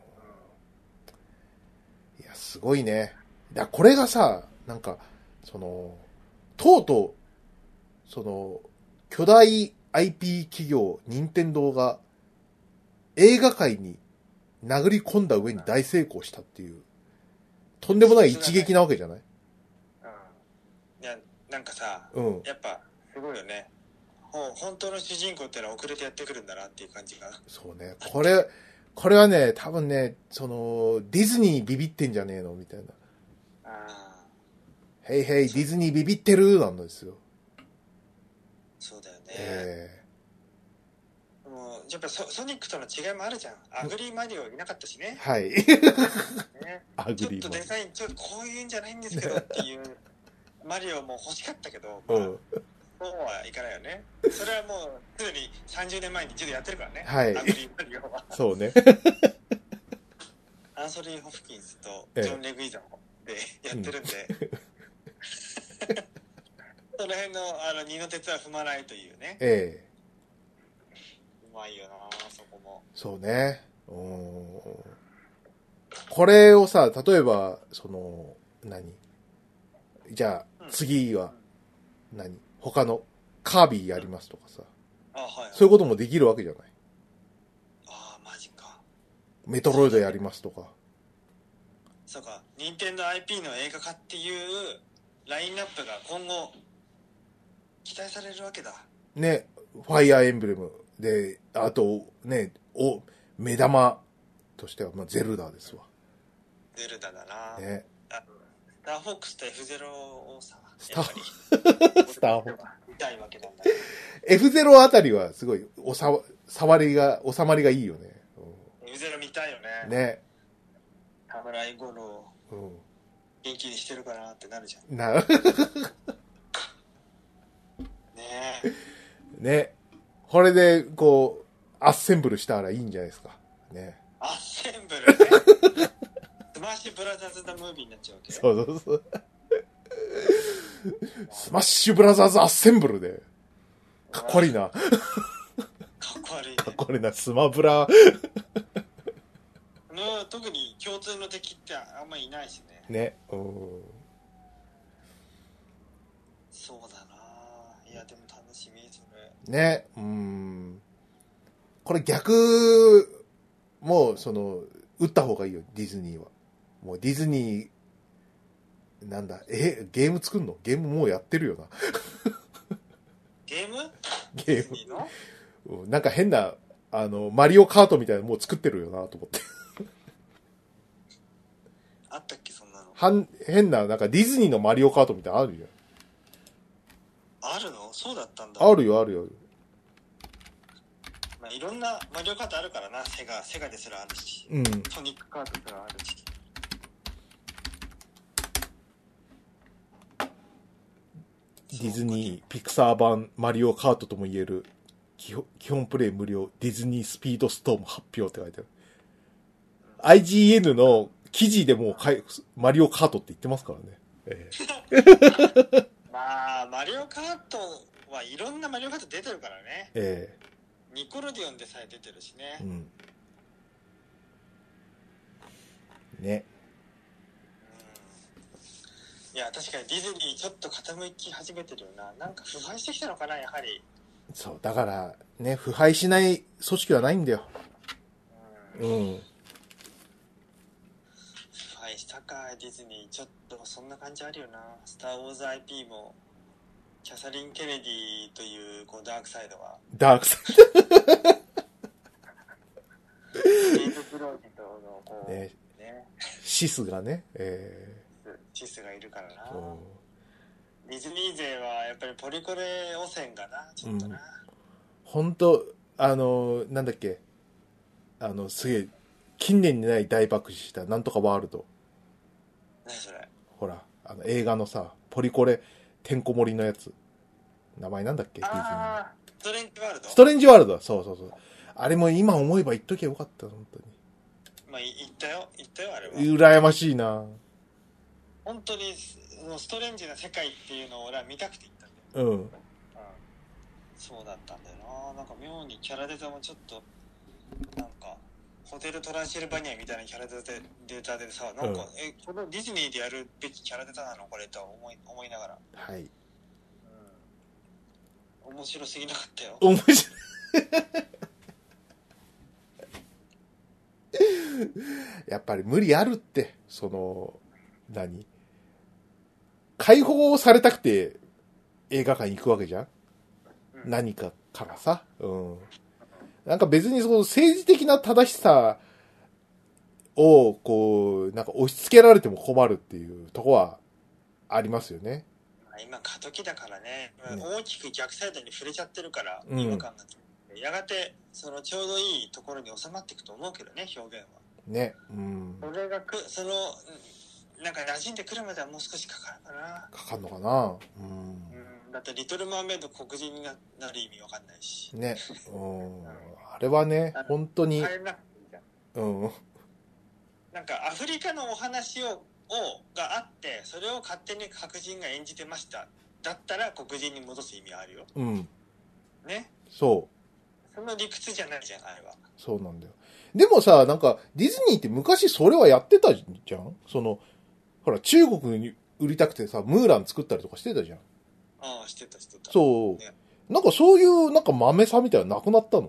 いや、すごいね。だこれがさ、なんか、その、とうとう、その、巨大 アイピー 企業、任天堂が映画界に殴り込んだ上に大成功したっていう、とんでもない一撃なわけじゃない？ うん。いや、なんかさ、 うん。 やっぱ、すごいよね。ほ本当の主人公ってのは遅れてやってくるんだなっていう感じが。 そうね。これ、これはね、多分ね、その、ディズニービビってんじゃねえのみたいな。 ああ。 ヘイヘイ、ディズニービビってるなんですよ。 そうだよね。 えー、もうやっぱ ソ, ソニックとの違いもあるじゃん。アグリーマリオいなかったしね。 はい。 ね、 アグリーマリオ。 ちょっとデザイン、ちょっとこういうんじゃないんですけどっていうマリオも欲しかったけど、まあ、うん、そうはいかないよね。それはもうすでにさんじゅうねんまえに一度やってるからね。 はい。 アグリーマリオは。 そうね。 アンソニー・ホプキンスとジョン・レグイザモでやってるんで、うんその辺のあの二の鉄は踏まないというね。ええ。うまいよなそこも。 そうね。うん。これをさ、例えば、その、何じゃあ、次は何、うん、他のカービィやりますとかさ。 あ、はいはい。 そういうこともできるわけじゃない。 ああ、マジか。 メトロイドやりますとか。 そうか。任天堂 アイピー の映画化っていうラインナップが今後、期待されるわけだ。 ね、ファイアーエンブレムで、あとね、お目玉としては、まあ、ゼルダですわ。 ゼルダだな。 ね。 あ、スターフォックスと エフゼロ をさ、 スタースターフォックス見たいわけなんだ。 エフゼロ あたりはすごいおさ触りが収まりがいいよね。 うん、エフゼロ 見たいよね。ね。侍五郎、うん、元気にしてるかなってなるじゃん。な。ねえ。ね。これで、こう、アッセンブルしたらいいんじゃないですか。ね。 アッセンブルね。スマッシュブラザーズ・ザ・ムービーになっちゃうわけ。 そうそうそう。スマッシュブラザーズ・アッセンブルで。かっこ悪いな。かっこ悪いね。 かっこ悪いな。スマブラ。 もう特に共通の敵ってあんまりいないしね。 ね。うん。 そうだな。いや、でも楽しみ、それ。 ね。うん。これ逆、もう、その、打った方がいいよ、ディズニーは。もうディズニー、なんだ、え、ゲーム作んの？ゲームもうやってるよな。 ゲーム？ ゲーム。 ディズニーの？ うん、なんか変な、あの、マリオカートみたいなのもう作ってるよなと思って。 あったっけ、そんなの。 はん、変な、なんかディズニーのマリオカートみたいなのあるよ。 あるの？そうだったんだ。 あるよ、あるよ。 まあ、いろんなマリオカートあるからな、セガ、セガですらあるし。 うん。 ソニックカートすらあるし。 ディズニー、ピクサー版マリオカートとも言える基本、基本プレイ無料ディズニースピードストーム発表って書いてある。うん、アイジーエヌ の記事でもかいマリオカートって言ってますからね。ええ、まあ、マリオカートはいろんなマリオカート出てるからね。ええ、ニコロディオンでさえ出てるしね。うん。 ね。 いや、確かにディズニーちょっと傾き始めてるよな。なんか腐敗してきたのかな、やはり。 そう、だから、ね、腐敗しない組織はないんだよ。うん。うん、 腐敗したか、ディズニー。ちょっとそんな感じあるよな。スター・ウォーズ アイピー も、キャサリン・ケネディという、こう、ダークサイドは。 ダークサイドデイブ・ブローディとの、こう、ね。ね、 シスがね、えーシスがいるからな。 ディズニー勢はやっぱりポリコレ汚染がな、ちょっとな。 ほんと、あの、なんだっけ、あの、すげえ、近年にない大爆死した、なんとかワールド。 何それ。 ほら、あの、映画のさ、ポリコレ、てんこ盛りのやつ。名前なんだっけ、ディズニーの。 あー、ストレンジワールド。 ストレンジワールドだ、そうそうそう。あれも今思えば言っときゃよかった、本当に。 まあ、言ったよ、言ったよ、あれは。 羨ましいな。 本当に、ストレンジな世界っていうのを俺は見たくて言ったんだよ。 うん。 うん、そうだったんだよな。なんか妙にキャラデザもちょっとなんかホテルトランシルバニアみたいなキャラデザでデータでさ、なんか、うん、えこのディズニーでやるべきキャラデザなのこれと思い思いながら。 はい。 うん、面白すぎなかったよ。 面白い。やっぱり無理あるって、その何？解放されたくて映画館行くわけじゃん、うん、何かからさ。うん。なんか別にその政治的な正しさを、こう、なんか押し付けられても困るっていうとこはありますよね。 今過渡期だからね、うん、大きく逆サイドに触れちゃってるから、 うん、 違和感が、やがてそのちょうどいいところに収まっていくと思うけどね、表現は。 ね。うん。 それがく、その、なんか馴染んでくるまではもう少しかかるかな。 かかんのかな。うん。うん、 だってリトルマーメイド黒人になる意味わかんないし。 ね。うん。あれはね、本当に。うん。 なんかアフリカのお話を、をがあって、それを勝手に白人が演じてました。だったら黒人に戻す意味はあるよ。 うん。 ね。 そう。 その理屈じゃないじゃん、あれは。 そうなんだよ。でもさ、なんか、ディズニーって昔それはやってたじゃん？その、ほら、中国に売りたくてさ、ムーラン作ったりとかしてたじゃん。 ああ、してた、してた。 そう。 ね、 なんかそういう、なんか豆さみたいなのなくなったの？うん。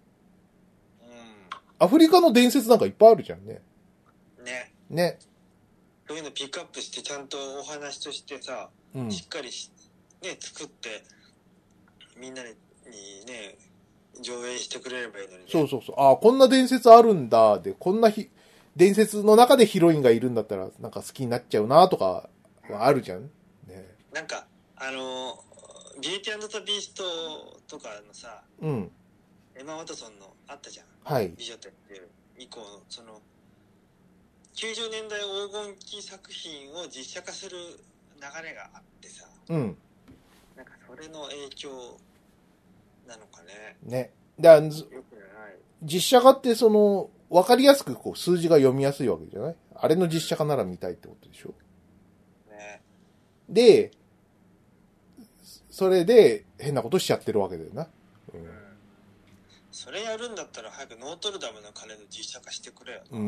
アフリカの伝説なんかいっぱいあるじゃんね。ね。ね。 そういうのピックアップして、ちゃんとお話としてさ、うん、しっかりし、ね、作って、みんなにね、上映してくれればいいのにね。 そうそうそう。ああ、こんな伝説あるんだ。で、こんなひ伝説の中でヒロインがいるんだったら、なんか好きになっちゃうなとかはあるじゃん。ね。 なんか、あの、ビューティー&ザ・ビーストとかのさ、 うん。 エマ・ワトソンのあったじゃん。 はい。 美女とっていう以降の、その、きゅうじゅうねんだい黄金期作品を実写化する流れがあってさ。 うん。 なんかそれの影響なのかね。 ね。だから実写化ってその、わかりやすくこう数字が読みやすいわけじゃない？あれの実写化なら見たいってことでしょ？ ね。 で、それで変なことしちゃってるわけだよな。うん。うん、 それやるんだったら早くノートルダムの鐘の実写化してくれよ。 うん。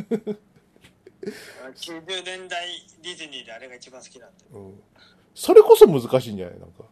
きゅうじゅうねんだいディズニーであれが一番好きなんだよ。うん。 それこそ難しいんじゃないなんか。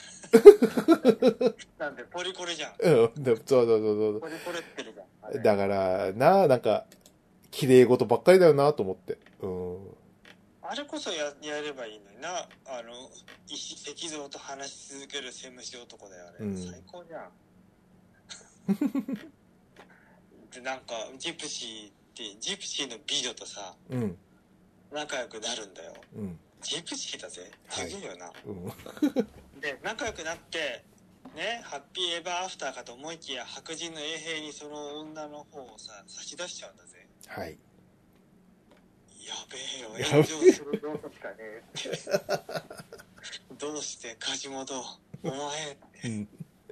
なんでポリコレじゃん。 うん。でそうそうそうそう。 ポリコレってるじゃん。 だからな、なんか綺麗事ばっかりだよなと思って。うん。 あれこそややればいいのにな。あの石石像と話し続けるセムシ男だよあれ、うん、最高じゃん。でなんかジプシーってジプシーの美女とさ、うん、仲良くなるんだよ。うん、ジプシーだぜ。すげえよな。はい、うん、で仲良くなってね、ハッピーエバーアフターかと思いきや白人の衛兵にその女の方をさ差し出しちゃうんだぜ。はい。やべえよ、炎上するどうかねどうして梶本お前、うん、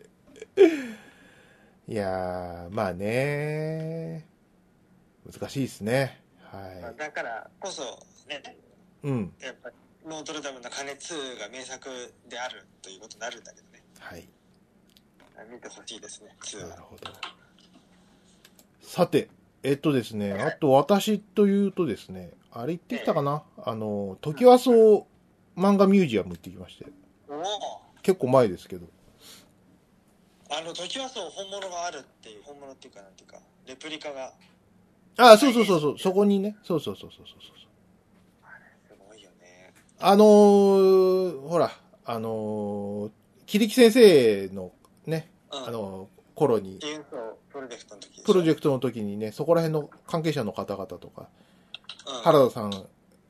いやーまあね難しいですね。はい。 だからこそね、うん、やっぱノートルダムの鐘ツーが名作であるということになるんだけどね。はい。見てほしいですね。ツー。なるほど。 さて、えっとですね、はい、あと私というとですね、あれ行ってきたかな、えー、あの、トキワ荘漫画ミュージアム行ってきまして。お結構前ですけど。 あの、トキワ荘本物があるっていう、本物っていうかなんていうか、レプリカが。 ああ、そうそうそうそう、そこにね、そうそうそうそうそう。 あれ、すごいよね。 あのー、ほら、あのー、桐木先生のね、うん、あのー、頃にプロジェクトの時プロジェクトの時にね、そこら辺の関係者の方々とか、うん、原田さん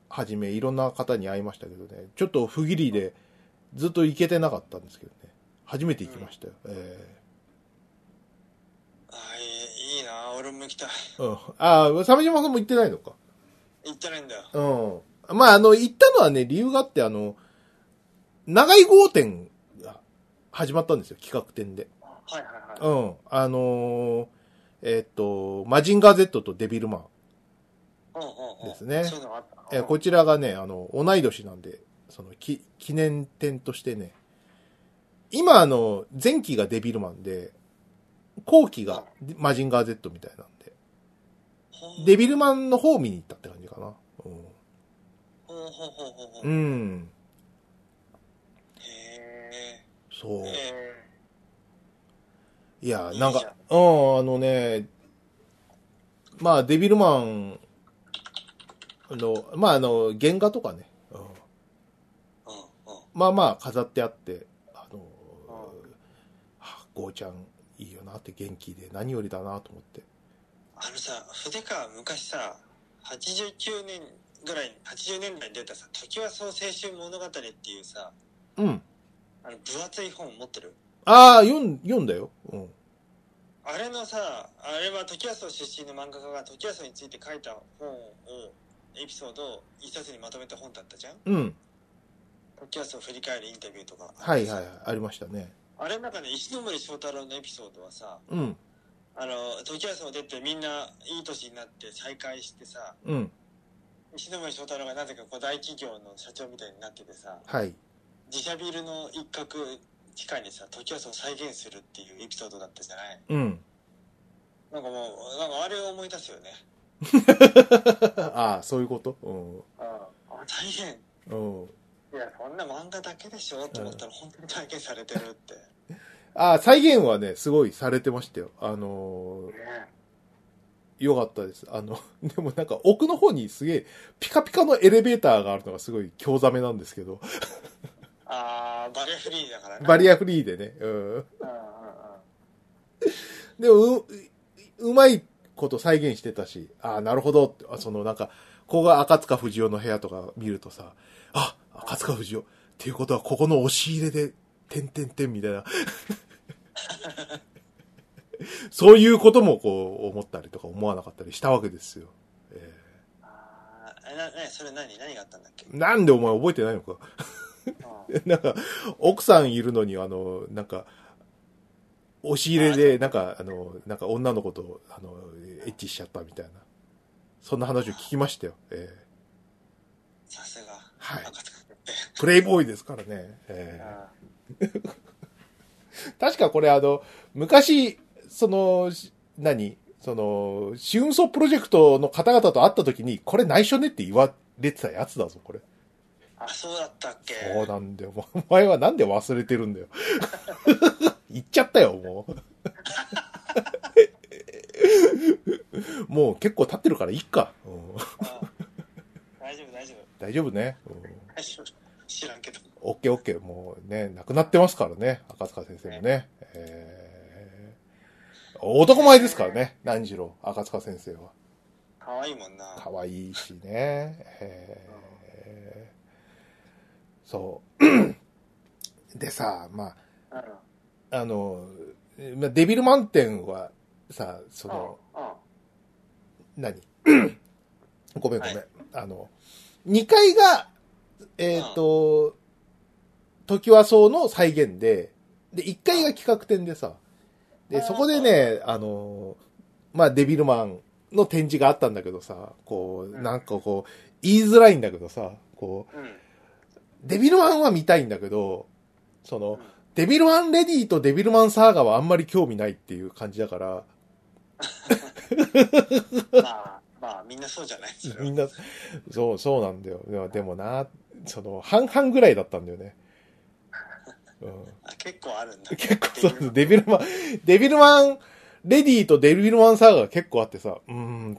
はじめいろんな方に会いましたけどね、ちょっと不義理でずっと行けてなかったんですけどね、初めて行きましたよ。うん、えー、あいい、いいな、俺も行きたい。 うん。ああ、鮫島さんも行ってないのか。 行ってないんだよ。 うん。まあ、あの、行ったのはね、理由があって、あの、長井号店が始まったんですよ、企画展で。 はいはいうはい。 ん。あのー、えーっと、マジンガー Z とデビルマンうんうんうん。 ですね。 そういうのがあった。 えーこちらがね、あの、同い年なんで、その、き、記念展としてね、今あの、前期がデビルマンで、後期がマジンガー Z みたいなんで、 うん、 デビルマンの方を見に行ったって感じかな。 ほうほうほうほう。 うん。うん。 へえ。 そう。 へいや、 いいなんか、うん、あのね、まあ、デビルマンの、まあ、あの、原画とかね、うん、 うんうん。 まあまあ、飾ってあって、あの、 うん、 はゴーちゃん、いいよなって元気で何よりだなと思って。 あのさ、筆川昔さ、はちじゅうきゅうねんぐらい、はちじゅうねんだいに出たさ、トキワ荘青春物語っていうさ、 うん。 あの分厚い本持ってる？ ああ、読ん、読んだよ。うん。 あれのさ、あれはトキワ荘出身の漫画家がトキワ荘について書いた本を、エピソードを一冊にまとめた本だったじゃん？ うん。 トキワ荘を振り返るインタビューとか。 はいはいはい、ありましたね。 あれの中で石森章太郎のエピソードはさ、 うん。 あの、トキワ荘を出てみんないい年になって再会してさ、 うん。 石森章太郎がなぜかこう大企業の社長みたいになっててさ、 はい。 自社ビルの一角地下にさ、トキワ荘を再現するっていうエピソードだったじゃない？ うん。 なんかもう、なんかあれを思い出すよね。 ああ、そういうこと？うん。 ああ、大変。 うん。 いや、そんな漫画だけでしょと思ったら本当に体験されてるって。 ああ、再現はね、すごいされてましたよ。あのー、 ね、 よかったです。あの、でもなんか奥の方にすげえピカピカのエレベーターがあるのがすごい興ざめなんですけど。 ああ、バリアフリーだからね。 バリアフリーでね。うん。 うんうんうん。 でもう、うまいこと再現してたし、ああ、なるほどって、そのなんか、ここが赤塚不二夫の部屋とか見るとさ、あ、赤塚不二夫っていうことはここの押し入れで、てんてんてんみたいな。そういうこともこう思ったりとか思わなかったりしたわけですよ。えー、ああ、な、な、それ何何があったんだっけ？ ー、なんでお前覚えてないのか。なんか、奥さんいるのに、あの、なんか、押し入れで、なんか、あの、なんか女の子と、あの、エッチしちゃったみたいな。そんな話を聞きましたよ。えー、さすが。 はい。 赤塚って。 プレイボーイですからね。えー、確かこれあの、昔、その、何その、シウンソプロジェクトの方々と会った時に、これ内緒ねって言われてたやつだぞ、これ。 あ、そうだったっけ？ そうなんだよ。お前はなんで忘れてるんだよ。言っちゃったよ、もう。もう結構経ってるからいいか。うん、 大丈夫、大丈夫。 大丈夫ね。うん、 大丈夫。知らんけど。 オッケーオッケー。もうね、亡くなってますからね。赤塚先生もね。ねえー、男前ですからね。何しろ、赤塚先生は。 かわいいもんな。 かわいいしね。えー、そう。でさ、まあ、うん、あの、デビルマン店はさ、その、うんうん、何ごめんごめん。はい、あの、にかいが、えっ、ー、と、トキワ荘の再現で、で、いっかいが企画展でさ、で、そこでね、あの、まあ、デビルマンの展示があったんだけどさ、こう、なんかこう、言いづらいんだけどさ、こう、デビルマンは見たいんだけど、その、デビルマンレディとデビルマンサーガはあんまり興味ないっていう感じだから、 まあ、まあ、みんなそうじゃないですか。 みんな、そう、そうなんだよ。でもな、その、半々ぐらいだったんだよね。うん、 あ、結構あるんだ。 結構そう、デビルマン、デビルマン、レディとデビルマンサーガが結構あってさ、うーんって。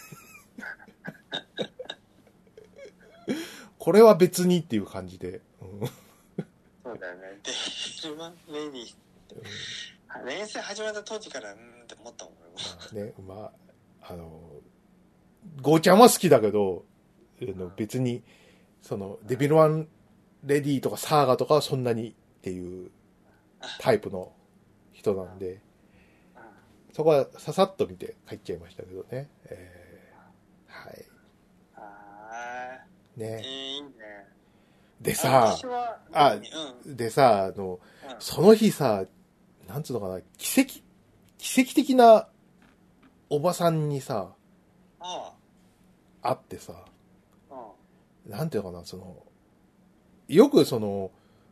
これは別にっていう感じで。うん、 そうだよね。デビルマン、レディ。うん、連載始まった当時から、うんって思ったもん。 まあね、まあ、あの、ゴーちゃんは好きだけど、 の別に、その、デビルマンレディとかサーガとかはそんなにっていうタイプの人なんで、そこはささっと見て帰っちゃいましたけどね。えー、はい。 あーね。 いいね。 でさ、あ、うん、でさ、あの、うん、その日さ、なんつうのかな、奇跡、奇跡的なおばさんにさ、 ああ会ってさ、あなんていうのかな、その、よくその、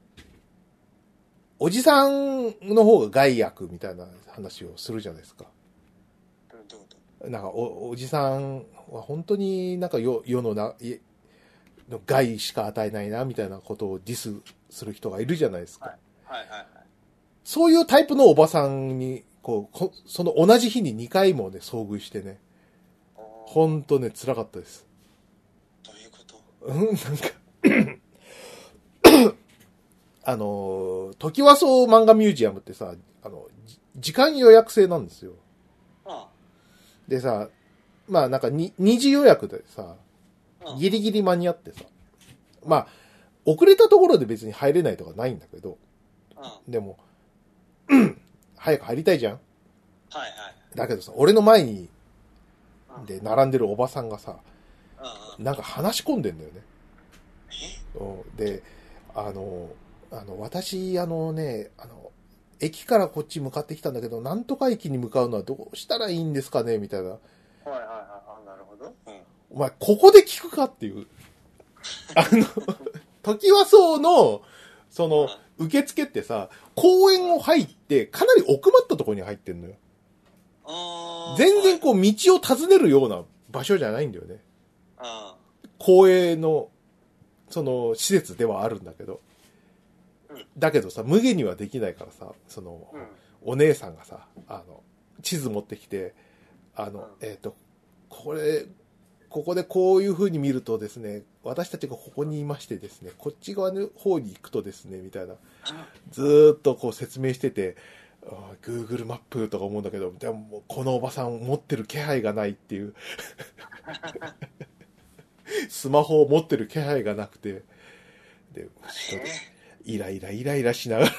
おじさんの方が害悪みたいな話をするじゃないですか。 どういうこと？ なんかお、おじさんは本当になんか世、世のな、の害しか与えないなみたいなことをディスする人がいるじゃないですか。 はい、はいはいはい。 そういうタイプのおばさんに、こう、その同じ日ににかいもね、遭遇してね、ほんとね、辛かったです。 どういうこと？ うん、なんか、あの、トキワ荘漫画ミュージアムってさ、あの、時間予約制なんですよ。 ああでさ、まあなんかに二次予約でさ、ギリギリ間に合ってさ、まあ、遅れたところで別に入れないとかないんだけど、でも、早く入りたいじゃん。 はいはい。 だけどさ、俺の前に、で、並んでるおばさんがさ、なんか話し込んでんだよね。で、あの、あの、私、あのね、あの、駅からこっち向かってきたんだけど、なんとか駅に向かうのはどうしたらいいんですかねみたいな。はいはいはい。あ、なるほど。うん、 お前、ここで聞くかっていう。あの、トキワ荘の、その、受付ってさ、公園を入って、かなり奥まったところに入ってんのよ。全然こう、道を尋ねるような場所じゃないんだよね。公営の、その、施設ではあるんだけど。だけどさ、無限にはできないからさ、その、お姉さんがさ、あの、地図持ってきて、あの、えっと、これ、ここでこういう風に見るとですね、私たちがここにいましてですね、こっち側の方に行くとですね、みたいな。ずーっとこう説明してて、Google マップとか思うんだけど、でもこのおばさん持ってる気配がないっていう。スマホを持ってる気配がなくて、で、イライライライラしながら。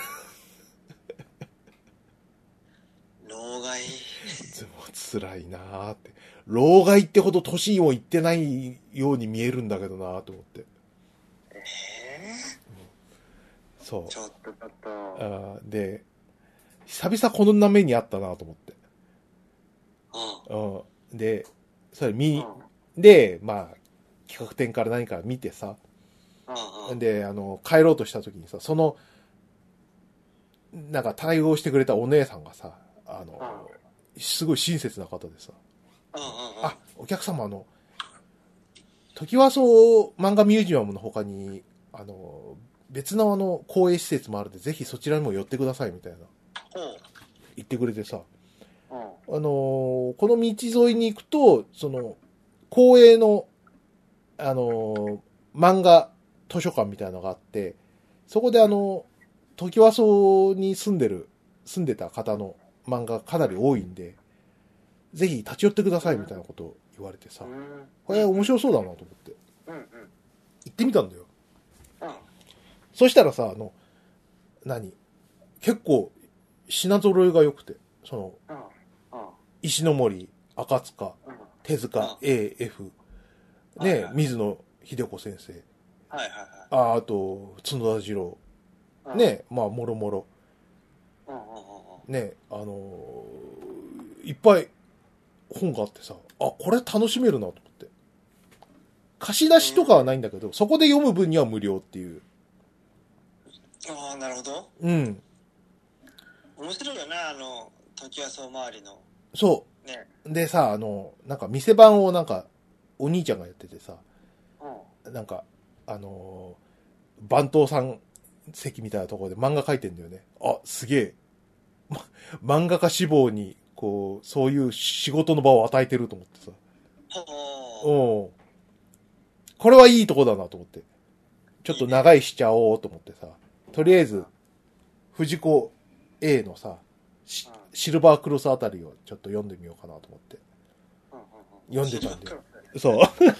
老害。 辛いなーって。老害ってほど年をいってないように見えるんだけどなーと思って。 ええー、 そう。 ちょっとちょっと。 あで、久々こんな目にあったなと思って。うん。うん。で、それ見、うん、で、まあ、企画展から何か見てさ、うんうん、で、あの、帰ろうとした時にさ、その、なんか対応してくれたお姉さんがさ、あの、うん、すごい親切な方でさ、うんうんうん、あ、お客様あの、トキワ荘漫画ミュージアムの他に、あの、別のあの、公営施設もあるんで、ぜひそちらにも寄ってくださいみたいな、うん、言ってくれてさ、うん、あの、この道沿いに行くと、その、公営の、あの、漫画図書館みたいなのがあって、そこであの、トキワ荘に住んでる、住んでた方の漫画かなり多いんで、ぜひ立ち寄ってくださいみたいなことを言われてさ、これ面白そうだなと思って、行ってみたんだよ。そしたらさ、あの、何結構品揃えが良くて、その、石ノ森、赤塚、手塚、A、F、ね、水野秀子先生、はいはいはい、あ、あと、角田二郎、ね、まあ、もろもろ。ね、あのー、いっぱい本があってさ、あ、これ楽しめるなと思って。貸し出しとかはないんだけど、そこで読む分には無料っていう。 ああ、なるほど。 うん。 面白いよな、あの、トキワ荘周りの。 そう。ね。でさ、あの、なんか店番をなんか、お兄ちゃんがやっててさ、うん、なんか、あのー、番頭さん席みたいなところで漫画描いてんだよね。あ、すげえ。ま、漫画家志望に、こう、そういう仕事の場を与えてると思ってさ。おこれはいいとこだなと思って。ちょっと長いしちゃおうと思ってさ。とりあえず、藤子 A のさ、シルバークロスあたりをちょっと読んでみようかなと思って。読んでたんで。そう。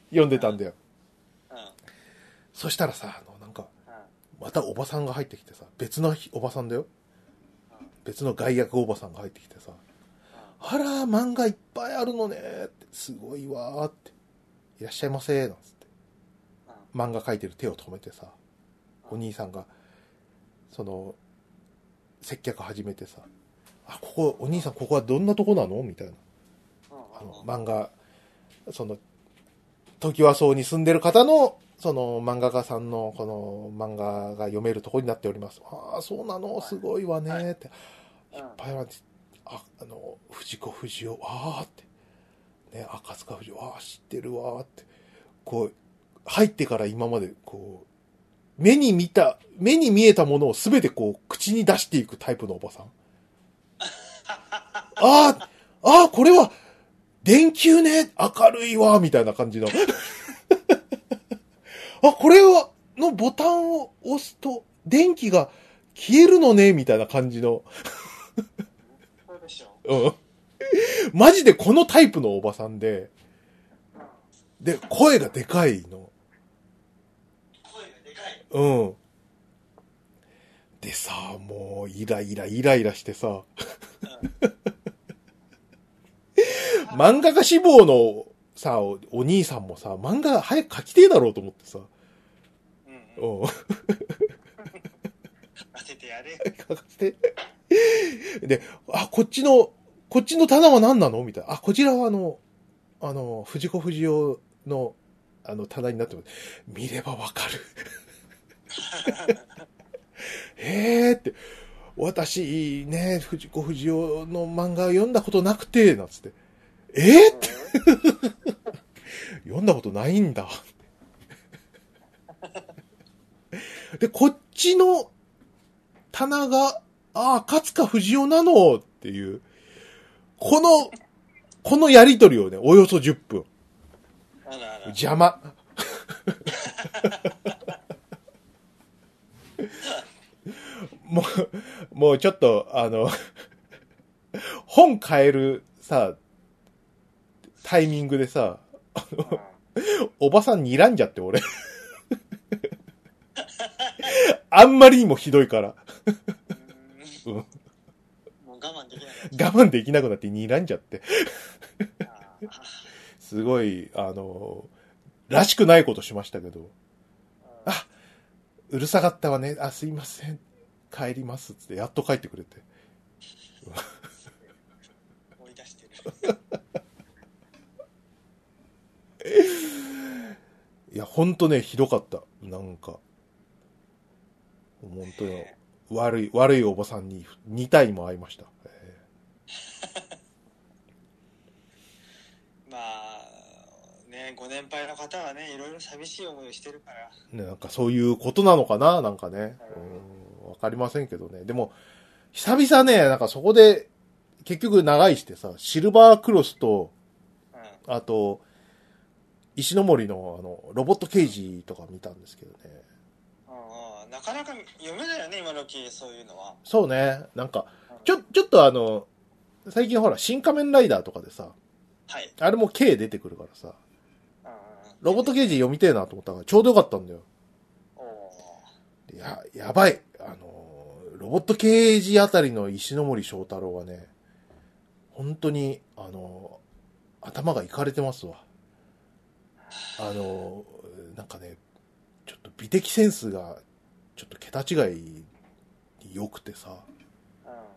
読んでたんだよ。 うん。 そしたらさ、あの、なんか、 うん。 またおばさんが入ってきてさ、別のおばさんだよ。 うん。 別の外役おばさんが入ってきてさ、あら、漫画いっぱいあるのねって、すごいわーって、いらっしゃいませーなんつって、漫画描いてる手を止めてさ、お兄さんが、その、接客始めてさ、あ、ここ、お兄さんここはどんなとこなのみたいな。あの、漫画、その、トキワ荘に住んでる方の、その漫画家さんのこの漫画が読めるところになっております。ああ、そうなの、すごいわねって。いっぱいある。あ、あの、藤子不二雄、ああって。ね、赤塚不二雄、ああ、知ってるわって。こう、入ってから今まで、こう、目に見た、目に見えたものをすべてこう、口に出していくタイプのおばさん。ああ、ああ、これは、電球ね、明るいわ、みたいな感じの。あ、これは、のボタンを押すと、電気が消えるのね、みたいな感じの。 そうでしょ。 うん。マジでこのタイプのおばさんで、で、声がでかいの。 声がでかい。 うん。でさ、もう、イライライライラしてさ、漫画家志望のさ、お、お兄さんもさ、漫画早く描きてえだろうと思ってさ、 うん。うん。 うん。 当ててやれ。 書かせて。で、あ、こっちの、こっちの棚は何なのみたいな。あ、こちらはあの、あの、藤子不二雄の、あの、棚になってます。見ればわかる。へーって、私、ね、藤子不二雄の漫画読んだことなくて、なんつって。えー、って。読んだことないんだ。で、こっちの棚が、ああ、勝塚不二雄なのっていう、この、このやりとりをね、およそじゅっぷん。 あらあら。 邪魔。もう、もうちょっと、あの、本変えるさ、タイミングでさ、あの、おばさん睨んじゃって俺。あんまりにもひどいから。 うん。 うん、 もう我慢できない。 我慢できなくなって睨んじゃって。 あすごい、あの、らしくないことしましたけど、あ、うるさかったわね。あ、すいません。帰ります。つって、やっと帰ってくれて。 追い出してる。 いや、ほんとね、ひどかった。なんか、本当に悪い、悪いおばさんにに体も会いました。えまあ、ね、ご年配の方はね、いろいろ寂しい思いをしてるから。 ーね、なんかそういうことなのかななんかね。うん、わかりませんけどね。でも、久々ね、なんかそこで、結局長居してさ、シルバークロスと、 うん。 あと、石ノ森のあの、ロボット刑事とか見たんですけどね。 うんうん、なかなか読めないよね、今時、そういうのは。 そうね。なんか、ちょ、ちょっとあの、最近ほら、新仮面ライダーとかでさ、 はい。 あれも K 出てくるからさ、 うんうんうん、 ロボット刑事読みてえなと思ったからちょうどよかったんだよ。 おいや、やばい。あの、ロボット刑事あたりの石ノ森章太郎はね、本当に、あの、頭がいかれてますわ。あの、なんかね、ちょっと美的センスが、ちょっと桁違いに良くてさ、 ー、うん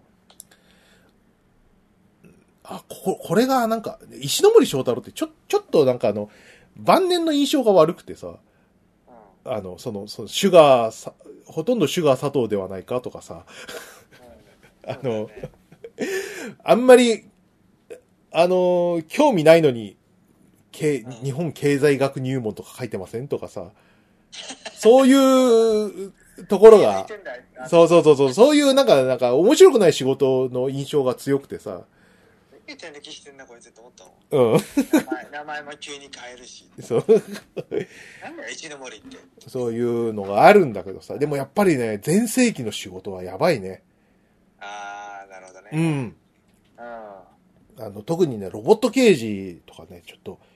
あ、こ、これがなんか、石ノ森章太郎ってちょ、ちょっとなんかあの、晩年の印象が悪くてさ、 うんあの、その、その、シュガーさ、ほとんどシュガー砂糖ではないかとかさ、 うん、 あの、 ね、 あんまり、あの、興味ないのに、け日本経済学入門とか書いてませんとかさ、そういうところが、そうそうそうそう、そういうなんか、なんか面白くない仕事の印象が強くてさ、 手抜きしてんなこいつって思ったもん。 うん。 名前、名前も急に変えるし。 そう。 なんだよ、一の森って。 そういうのがあるんだけどさ、でもやっぱりね、全盛期の仕事はやばいね。 あー、なるほどね。 うん。 うん。 あの、特にね、ロボット刑事とかね、ちょっと、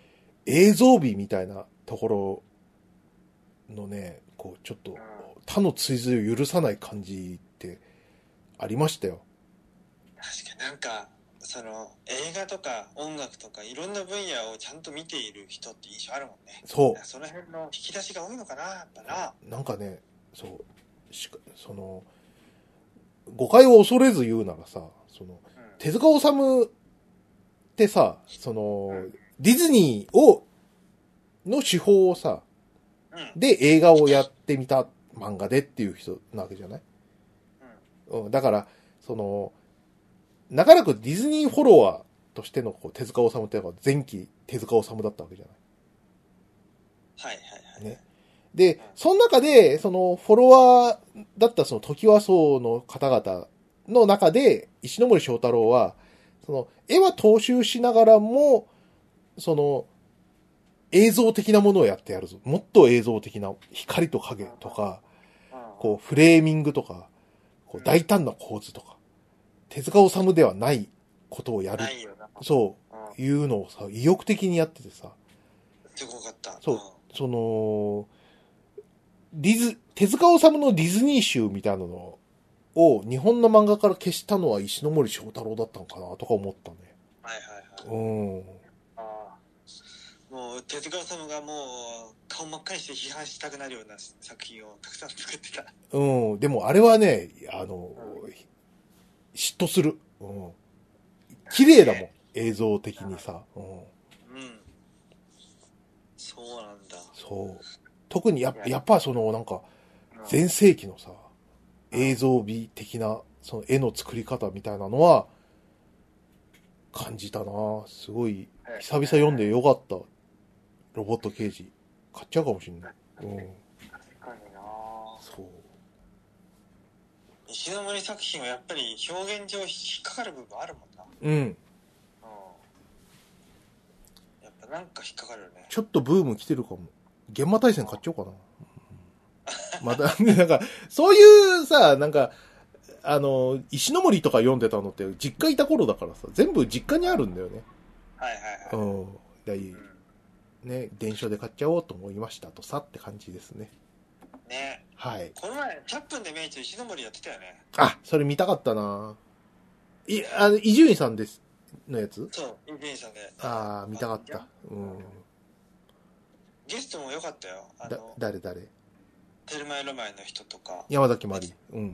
映像美みたいなところのね、こう、ちょっと、他の追随を許さない感じってありましたよ。 確かになんか、その、映画とか音楽とかいろんな分野をちゃんと見ている人って印象あるもんね。 そう。 その辺の引き出しが多いのかな、やっぱな。 なんかね、そう、しか、その、誤解を恐れず言うならさ、その、 うん、 手塚治虫ってさ、その、 うん、 ディズニーを、の手法をさ、 うん、 で映画をやってみた漫画でっていう人なわけじゃない？ うん、 うん、だから、その、長らくディズニーフォロワーとしてのこう手塚治虫っていうのが前期手塚治虫だったわけじゃない？ はいはいはい。 ね。で、その中で、そのフォロワーだったその時和層の方々の中で、石ノ森章太郎は、その絵は踏襲しながらも、その映像的なものをやってやるぞ。もっと映像的な光と影とか、こうフレーミングとか、こう大胆な構図とか、手塚治虫ではないことをやる。 ないよな。 そう、いうのをさ、意欲的にやっててさ。 すごかった。 そう、その、ディズ、手塚治虫のディズニー集みたいなのを日本の漫画から消したのは石ノ森章太郎だったのかなとか思ったね。 はいはいはい。 うん。 ああ。もう手塚治虫がもう顔真っ赤にして批判したくなるような作品をたくさん作ってた。 うん。でもあれはね、あの、うん、嫉妬する。うん。綺麗だもん。映像的にさ。うん。うん。 そうなんだ。 そう。特にや、やっぱそのなんか、前世紀のさ、映像美的な、その絵の作り方みたいなのは、感じたな。すごい、久々読んでよかった。ロボット刑事。買っちゃうかもしんない。うん。 確かにな。 そう。 石ノ森作品はやっぱり表現上引っかかる部分あるもんな。 うん。うん。 やっぱなんか引っかかるよね。 ちょっとブーム来てるかも。現場対戦買っちゃおうかな。また、なんか、そういうさ、なんか、あの、石ノ森とか読んでたのって実家いた頃だからさ、全部実家にあるんだよね。 はいはいはい。うん。 だいね、電車で買っちゃおうと思いましたとさって感じですね。 ね。 はい。 この前、ひゃっぷんで名著石ノ森やってたよね。 あ、それ見たかったな。い、あの、伊集院さんです、のやつ？ そう、伊集院さんで。 ああ、見たかった。うん。 ゲストも良かったよ。あの、 だ、誰誰？ テルマエロマエの人とか。 山崎まり。うん。うん。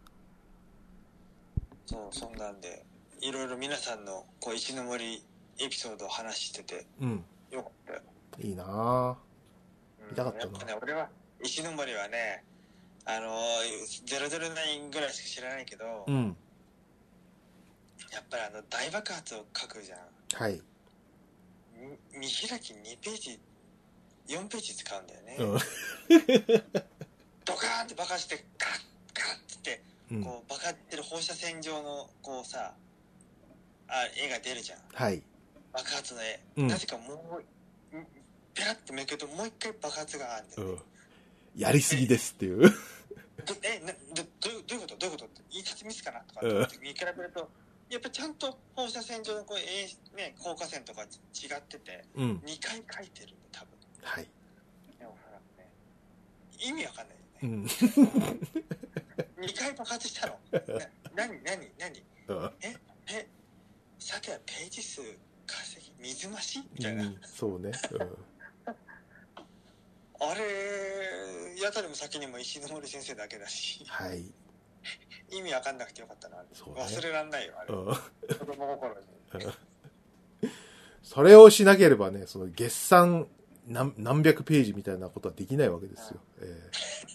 そう、そんなんで、いろいろ皆さんの、こう、石ノ森エピソードを話してて、うん。よかったよ。いいなぁ。見たかったな。 やっぱね、俺は、石ノ森はね、あのー、ゼロゼロナインぐらいしか知らないけど、うん。やっぱりあの、大爆発を書くじゃん。はい。見開きにページ、よんページ使うんだよね。うん。ドカーンって爆発して、カッカッって、うん、こう、爆発ってる放射線状の、こうさ、あ、絵が出るじゃん。はい。爆発の絵。うん、なぜかもう、ペラッとめくるともう一回爆発があるんだよ、ね。うん。やりすぎですっていう。え、な、ど、どういうことどういうことって、言い立ちミスかなとかって見比べると、やっぱちゃんと放射線状のこう、えね、効果線とか違ってて、うん、にかい書いてるんだ、多分。はい。でもね、意味わかんないよね。うん、にかい爆発したの。な、なになになにえ、え、さてはページ数稼ぎ、水増しみたいな。うん、そうね。うん、あれ、やたりも先にも石ノ森先生だけだし。はい。意味わかんなくてよかったな。ね、忘れらんないよ、あれ。うん、子供心に。それをしなければね、その月産何何百ページみたいなことはできないわけですよ。え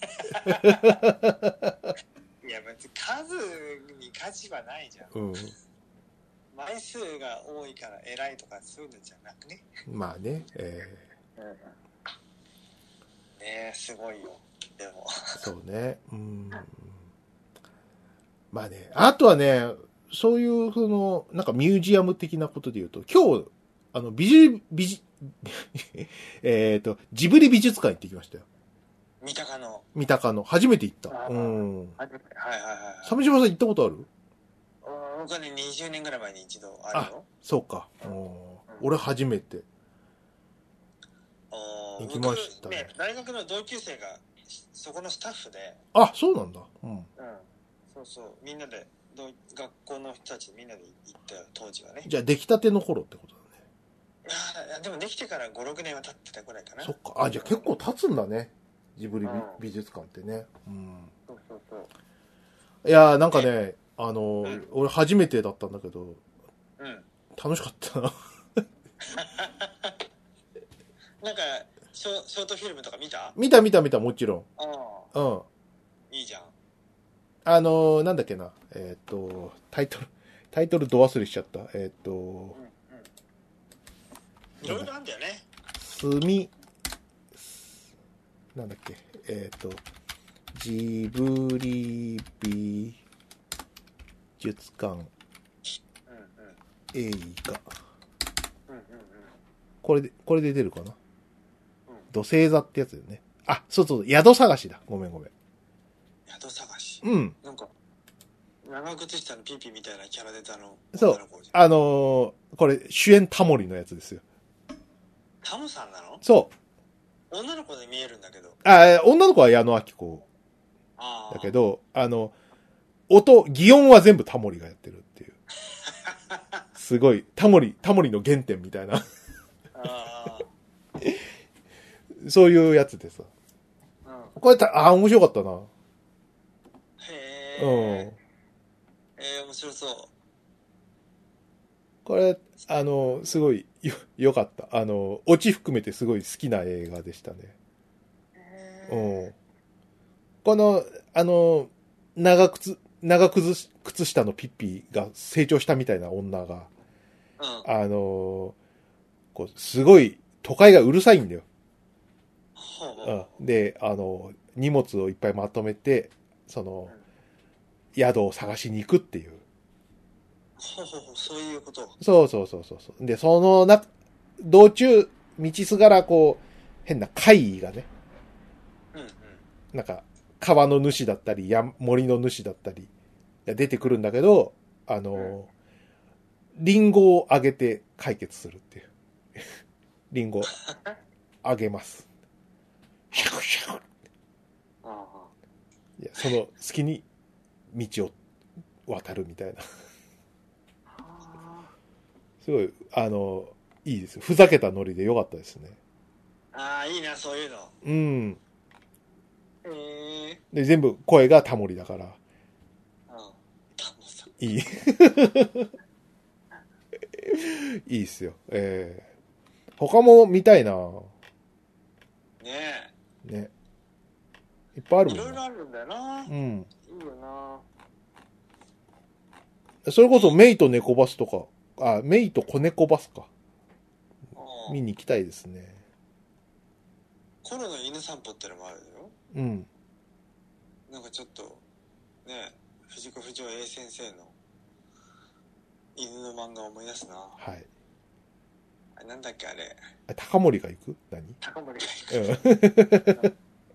ー、いや、別に数に価値はないじゃん。うん。枚数が多いから偉いとかそういうのじゃなくね。まあね、えー、うん、ねえ、すごいよ。でも。そうね。うん。まあね、あとはね、そういうそのなんかミュージアム的なことで言うと、今日あの美術美術えっとジブリ美術館行ってきましたよ。三鷹の。三鷹の初めて行った。うん。はいはいはい。鮫島さん行ったことある？僕はねにじゅうねんぐらい前に一度あるよ。あ、そうか。うん、俺初めて。 あ行きましたね。 僕ね、大学の同級生がそこのスタッフで、 あ、そうなんだ。うん。 うん、そうそう、みんなで同学校の人たちみんなで行ったよ当時はね。 じゃあ出来たての頃ってことだね。 いやでもできてからご、ろくねんは経ってたぐらいかな。 そっか。あ、じゃあ結構経つんだね。ジブリ美,、 うん、 美術館ってね。うん。 そうそうそう。 いやーなんかね、あのーうん、 俺初めてだったんだけど、 うん。 楽しかったな。 なんかショ、ショートフィルムとか見た？ 見た見た見た、もちろん。 ああ、 うん。 いいじゃん。 あのーなんだっけな。えっ、と、タイトル、タイトルど忘れしちゃった。えっ、と、 うん、うん。いろいろあるんだよね。 すみ、なんだっけ。えっ、と、ジブリ美術館うん、うん。 映画。 うん、うん、うん。 これで、これで出るかな。 うん、 土星座ってやつだよね。あ、そうそう、宿探しだ。ごめんごめん。 宿探し。 うん。 なんか、長靴下のピーピーみたいなキャラ出たの。 そう女の子じゃん。 あのーこれ、主演タモリのやつですよ。 タムさんなの？ そう。 女の子で見えるんだけど。 あ、女の子は矢野明子ああ。 だけど、あの、音、擬音は全部タモリがやってるっていう。すごい、タモリ、タモリの原点みたいな。 ああ。 そういうやつでさ。 うん。 これた、あ、面白かったな。 へうん。 え。えー、面白そう。 これ、あの、すごいよ、良かった。あの、オチ含めてすごい好きな映画でしたね。うへん。この、あの、長靴、長靴、靴下のピッピが成長したみたいな女が、 え。うん。 あの、こう、すごい、都会がうるさいんだよ。 ほうほううほん。で、あの、荷物をいっぱいまとめて、その、宿を探しに行くっていう。 ほうほうほう、そういうこと。 そうそうそうそうそう。で、そのな、道中、道すがらこう、変な怪異がね、 うんうん。 なんか、川の主だったり、や森の主だったり、が出てくるんだけど、あの、リンゴをあげて解決するっていう。リンゴあげます。シャクシャク。 あいや、その隙に道を渡るみたいな。 あ。 すごい、あの、いいですよ。ふざけたノリで良かったですね。 ああ、いいな、そういうの。 うん。 へえ。 で、全部声がタモリだから、 うん。タモさん。 いい。いいっすよ。えー、他も見たいなねね。いっぱいあるえ。いもんな。 ろいろあるんだよな。 うん。 いいよな。 それこそメイと猫バスとか、あ、メイと子猫バスか。 うん。 見に行きたいですね。 コロの犬散歩ってのもあるよ。 うん。 なんかちょっと、ね、藤子不二雄 A 先生の犬の漫画を思い出すな。 はい。 あれなんだっけあれ。 あ高森が行く何高森がう行く。 ん。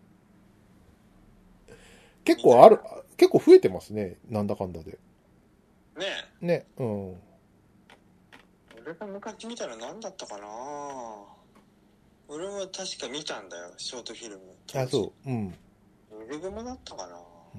結構ある、結構増えてますね。なんだかんだで。 ねえ。 ね。うん。 俺が昔見たの何だったかな。俺は確か見たんだよ、ショートフィルム。 あ、そう。うん。 ウルグモだったかな。 うん。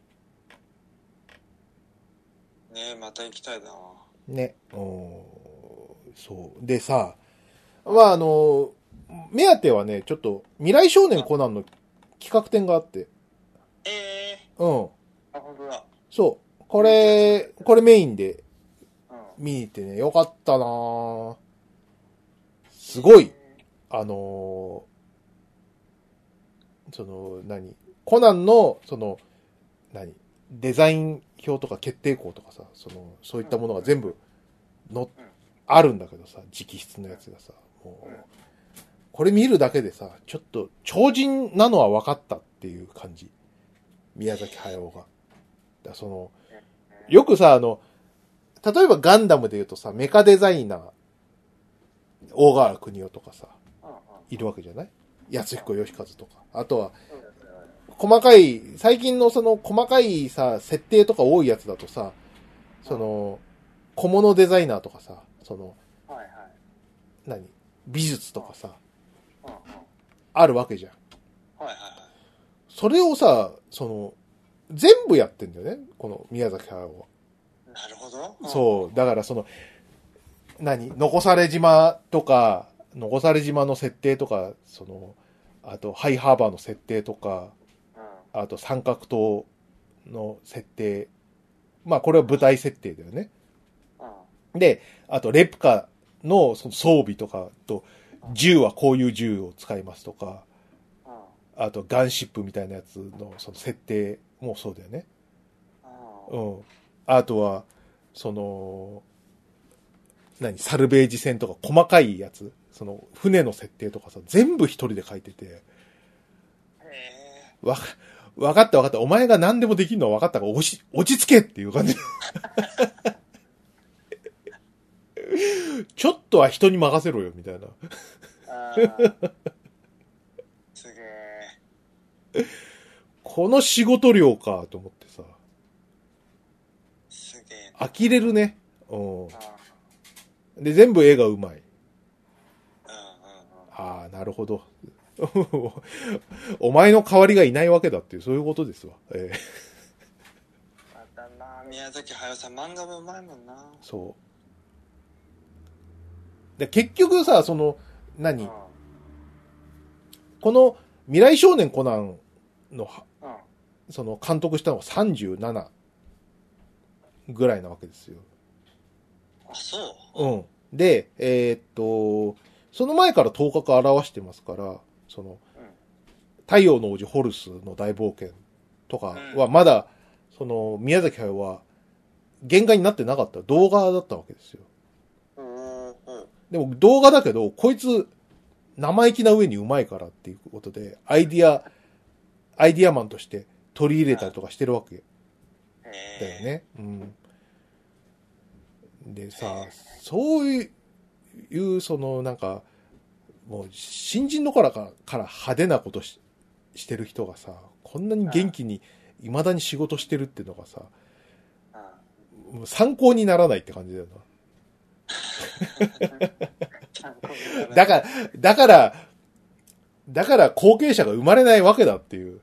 ねえ、また行きたいな。 ね。うん。そう。でさ、まああの、目当てはね、ちょっと、未来少年コナンの企画展があって。 ええうん。 ー。あ、本当だ。 そう。これ、これメインでうん。 見に行ってね、よかったなぁすごい、あのーその、何コナンの、その、何デザイン表とか決定項とかさ、その、そういったものが全部の、あるんだけどさ、直筆のやつがさ、もう、これ見るだけでさ、ちょっと超人なのは分かったっていう感じ。宮崎駿が。だその、よくさ、あの、例えばガンダムで言うとさ、メカデザイナー、大川邦夫とかさ、いるわけじゃない？安彦義和とか。あとは、細かい、最近のその細かいさ、設定とか多いやつだとさ、その、小物デザイナーとかさ、その、 はいはい。 何美術とかさ、 うんうん。 あるわけじゃん。 はいはいはい。 それをさ、その、全部やってんだよね、この宮崎駿は。 なるほど。 そう。だからその、何残され島とか、残され島の設定とか、その、あと、ハイハーバーの設定とか、 うん。 あと、三角島の設定。まあ、これは舞台設定だよね。 うん。 で、あと、レプカのその装備とかと、銃はこういう銃を使いますとか、 うん。 あと、ガンシップみたいなやつのその設定もそうだよね。 う。 うんん。あとは、その、何サルベージ船とか細かいやつ、その船の設定とかさ、全部一人で書いてて、 へえ。 わか、わかったわかった。お前が何でもできるのは分かったから、落ち、落ち着けっていう感じ。ちょっとは人に任せろよ、みたいな。 ああ。すげえ。 この仕事量か、と思ってさ。 すげえ。 呆れるね。うん。 あで、全部絵がうまい。 あ。うんうんうん。 ああ、なるほど。お前の代わりがいないわけだっていう、そういうことですわ。えーまたな、宮崎駿さん漫画もうまいもんな。 そう。で、結局さ、その、 う何ん。 この未来少年コナンの、 うん。 その監督したのがさんじゅうななぐらいなわけですよ。 あ、そう。 うん。で、えーっと、その前から頭角を現してますから、その、 うん。 太陽の王子ホルスの大冒険とかはまだ、その、宮崎駿は原画になってなかった動画だったわけですよ。 うんうん。 でも動画だけど、こいつ生意気な上にうまいからっていうことで、アイディア、アイディアマンとして取り入れたりとかしてるわけだよね。うん。でさ、そういう、そのなんか、もう新人の頃からから派手なことししてる人がさ、こんなに元気に未だに仕事してるっていうのがさ、もう参考にならないって感じだよな。だから、だから、だから後継者が生まれないわけだっていう。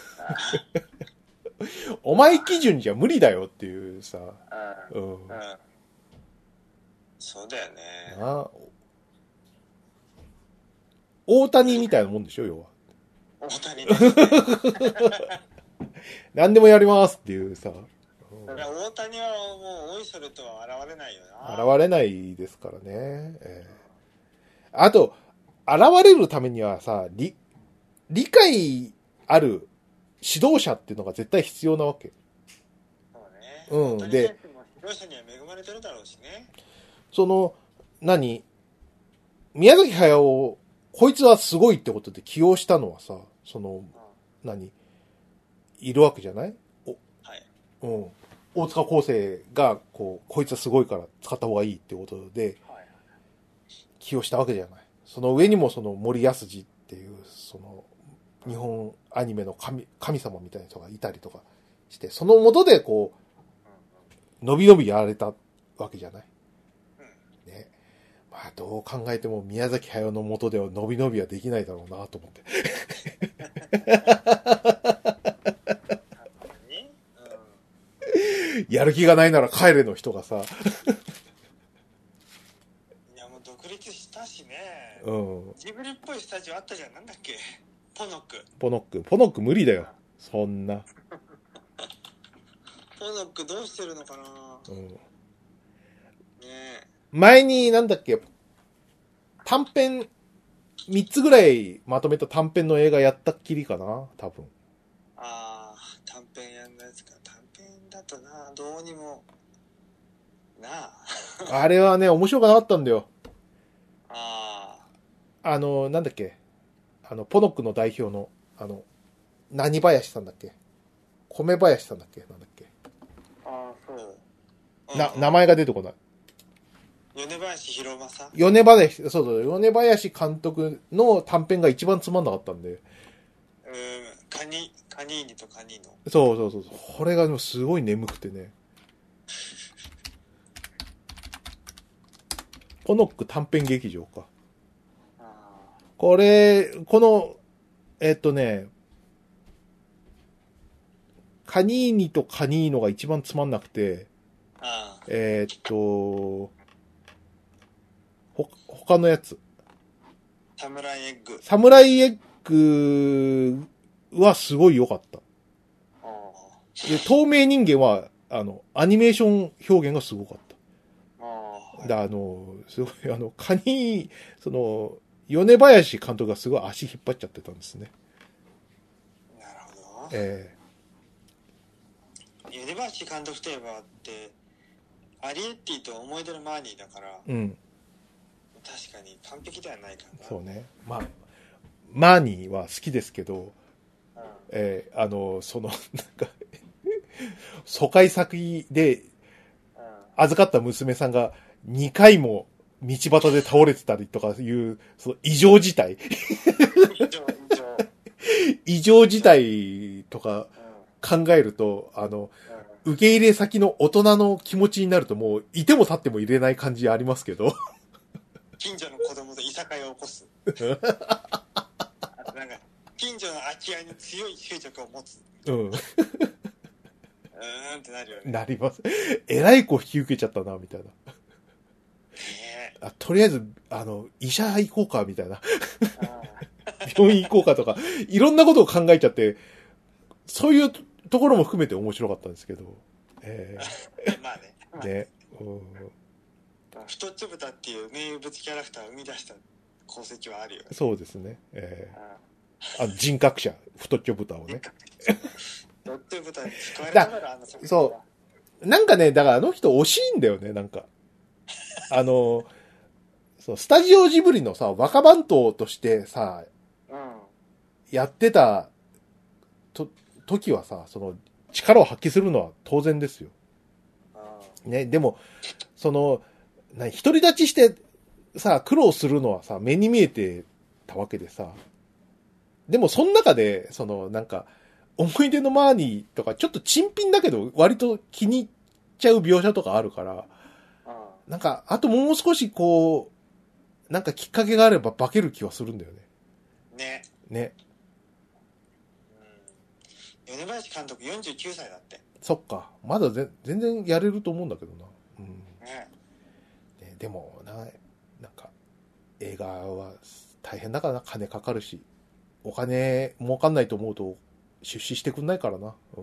お前基準じゃ無理だよっていうさ。うん。 うん。そうだよね。 な大谷みたいなもんでしょ、要は。 大谷ですね。 何でもやりますっていうさ。 だから大谷はもうおいそれとは現れないよな。 現れないですからね。えー、あと、現れるためにはさ、理、理解ある指導者っていうのが絶対必要なわけ。 そうね。 うん。で、 指導者には恵まれてるだろうしね。 その、何宮崎駿、こいつはすごいってことで起用したのはさ、その、 うん、 何いるわけじゃないお、 はい。 うん。大塚康生が、こう、こいつはすごいから使った方がいいってことで、 はい、 起用したわけじゃない。その上にもその森安二っていう、その、日本アニメの神、神様みたいな人がいたりとかして、そのもとでこう、のびのびやられたわけじゃない。ね。まあ、どう考えても宮崎駿のもとではのびのびはできないだろうなと思って。やる気がないなら帰れの人がさ。 いや、もう独立したしね。 うん。 ジブリっぽいスタジオあったじゃん。なんだっけ、ポノック。 ポノック。ポノック無理だよ。そんな。 ポノックどうしてるのかな。 うん。 ねえ。 前になんだっけ、短編、三つぐらいまとめた短編の映画やったっきりかな多分。 ああ、短編やんないですか。短編だとな、どうにも。なあ。 あれはね、面白くなかったんだよ。 ああの、なんだっけ。あの、ポノックの代表の、あの、何林さんだっけ米林さんだっけなんだっけあ。ああ、そう。 な、名前が出てこない。 米林弘正。 米林、そうそう、米林監督の短編が一番つまんなかったんで。 うん、カニ、カニーニとカニーノ。 そうそうそう。これがでもすごい眠くてね。ポノック短編劇場か。 ああ。 これ、この、えっとね、カニーニとカニーノが一番つまんなくて、 ああ。 えーっと、ほ、他のやつ。 サムライエッグ。 サムライエッグはすごい良かった。 ああ。 で、透明人間は、あの、アニメーション表現がすごかった。 ああ。 だあの、すごい、あの、カニ、その、米林監督がすごい足引っ張っちゃってたんですね。 なるほど。 えユニバーシ監督といえばって、アリエッティと思い出のマーニーだから、 えうん。 確かに完璧ではないかな。 そうね。まあ、マーニーは好きですけど、 うん、 えーあの、その、なんか、疎開先でうん、 預かった娘さんがにかいも道端で倒れてたりとかいう、その異常事態。 以上、以上。 異常事態とかうん、 考えると、あの、 うん、 受け入れ先の大人の気持ちになるともう、いても立っても入れない感じありますけど。 近所の子供といさかいを起こす。あとなんか、近所の空き家に強い執着を持つ。 うん。 うーんってなるよね。 なります。えらい子引き受けちゃったな、みたいな。 ねえ。 あとりあえず、あの、医者行こうか、みたいな。 あ病院行こうかとか、いろんなことを考えちゃって、そういうところも含めて面白かったんですけど。えーまあね。まあー、ね。うん太っちょ豚っていう名物キャラクターを生み出した功績はあるよね。 そうですね。えあー、あの人格者、太っちょ豚をね。 太っちょ豚に使われたからあの作品そう。なんかね、だからあの人惜しいんだよね、なんか。あの、そう、スタジオジブリのさ、若番頭としてさ、 うん。 やってた、と、時はさ、その、力を発揮するのは当然ですよ。 うん。 ね、でも、その、な、独り立ちしてさ、苦労するのはさ、目に見えてたわけでさ。でも、その中で、その、なんか、思い出のマーニーとか、ちょっと珍品だけど、割と気に入っちゃう描写とかあるから、 うん。 なんか、あともう少しこう、なんかきっかけがあれば化ける気はするんだよね。 ね。 ね。 うん。米林監督よんじゅうきゅうさいだって。 そっか。まだぜ全然やれると思うんだけどな。うん。 ね。 ね、でもな、なんか、映画は大変だからな。金かかるし。お金儲かんないと思うと出資してくんないからな。うん。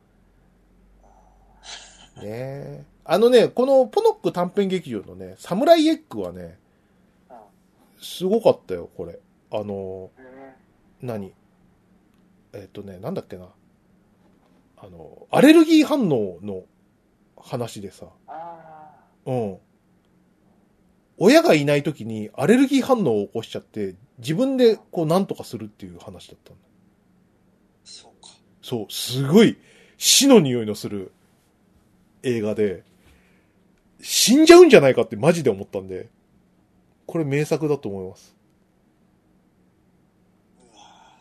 ねえ。あのね、このポノック短編劇場のね、サムライエッグはね、 うん。 すごかったよ、これ。あの、 へ何えっとね、なんだっけな。あの、アレルギー反応の話でさ、 あうん。親がいない時にアレルギー反応を起こしちゃって、自分でこうなんとかするっていう話だったんだ。 あ、そうか。 そう、すごい死の匂いのする映画で、死んじゃうんじゃないかってマジで思ったんで、これ名作だと思います。 うわ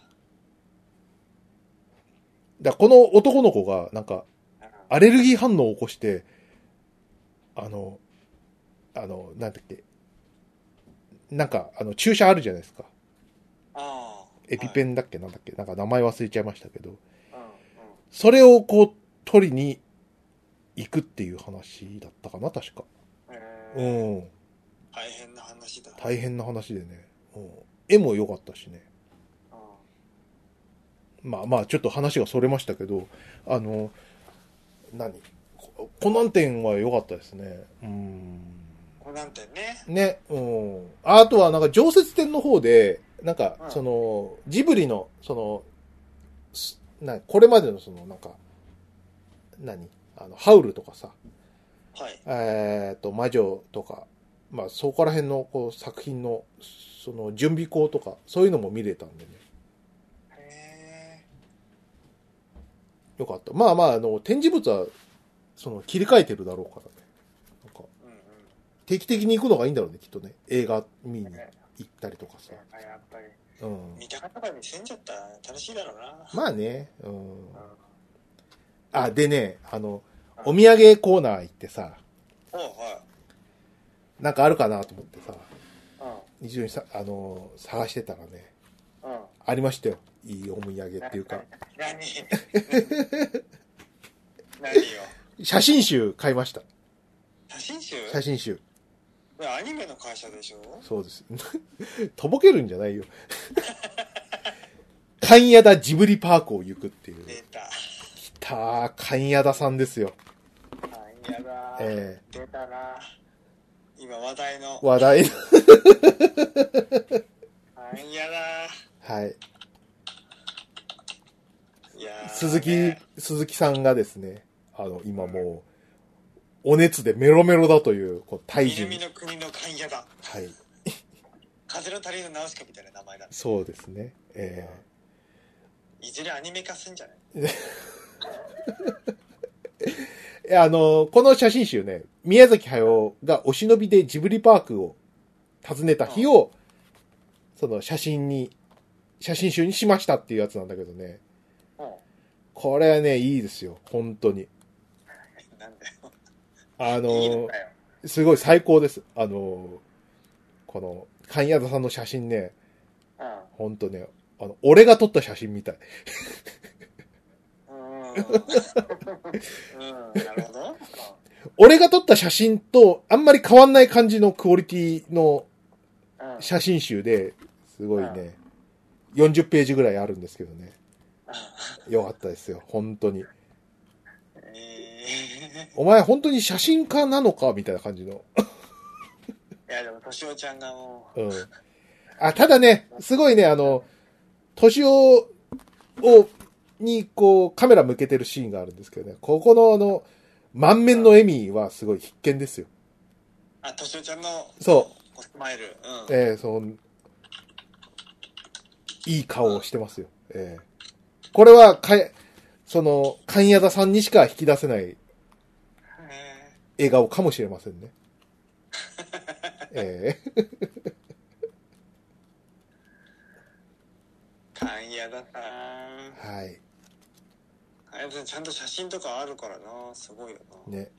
だからこの男の子がなんかぁ。 アレルギー反応を起こして、あの、あの、なんだっけ、なんかあの注射あるじゃないですか。 ああ。 エピペンだっけなんだっけなんか名前忘れちゃいましたけど、 はい。うんうん。 それをこう取りに行くっていう話だったかな、確か。うへえ。 ん。 大変な話だ。 大変な話でね。うん。絵も良かったしね。 あまあまあ、ちょっと話がそれましたけど、あの、何ココナン展は良かったですね。うん。 あ。これなんてね。 ね、うん。あとはなんか常設展の方で、なんか、 うんその、ジブリの、その、すな、これまでのその、なんか、何あの、ハウルとかさ、 はい。 えっと、魔女とか、まあ、そこら辺のこう作品の、その、準備校とか、そういうのも見れたんでね。 へえ。 よかった。まあまあ、あの、展示物は、その、切り替えてるだろうからね。なんか、 うんうん。 定期的に行くのがいいんだろうね、きっとね。映画見にね行ったりとかさ。 やっぱり、やっぱり。 うん。 見たかったから見せんじゃったら楽しいだろうな。 まあね、うん。 うん。 あ、でね、あの、 うんお土産コーナー行ってさ、 おうはなんかあるかなと思ってさ、 い。 日常にさ、あの、探してたらね、 うん。 ありましたよ。いいお土産っていうか。 何何よ。 写真集買いました。 写真集？ 写真集。 アニメの会社でしょ？ そうです。とぼけるんじゃないよ。関谷田ジブリパークを行くっていう。 出た。 来たー、関谷田さんですよ。 関谷田。ええー。出たな。今話題の。 話題の。 関谷田。 はい。 いやー、 鈴木、鈴木さんがですね、あの、今もう、お熱でメロメロだという、こう、大臣。 南の国の関谷田。はい。風の谷のナウシカみたいな名前だね。 そうですね。えー、いずれアニメ化すんじゃないいや、あの、この写真集ね、宮崎駿がお忍びでジブリパークを訪ねた日を、その写真に、写真集にしましたっていうやつなんだけどね。これはね、いいですよ。本当に。 なんだよ。 あの、 いいのかよ。 すごい最高です。あの、この、関谷田さんの写真ね、 うん、 本当ね、あの、俺が撮った写真みたい。 うん、うん、なるほど。 俺が撮った写真とあんまり変わんない感じのクオリティの写真集で、すごいね、よんじゅっページぐらいあるんですけどね。よかったですよ、本当に。えー、お前本当に写真家なのかみたいな感じの。いや、でも、としおちゃんがもう。 うん。あ、ただね、すごいね、あの、としおを、に、こう、カメラ向けてるシーンがあるんですけどね、ここのあの、満面の笑みはすごい必見ですよ。 あ、としおちゃんの、 そう。 スマイル。うん。 ええー、その、いい顔をしてますよ。ええー。これは、かえ、その、関谷田さんにしか引き出せない笑顔かもしれませんね。ええー。 関谷田さん。 はい。 関谷田さんちゃんと写真とかあるからな、すごいよな。ね。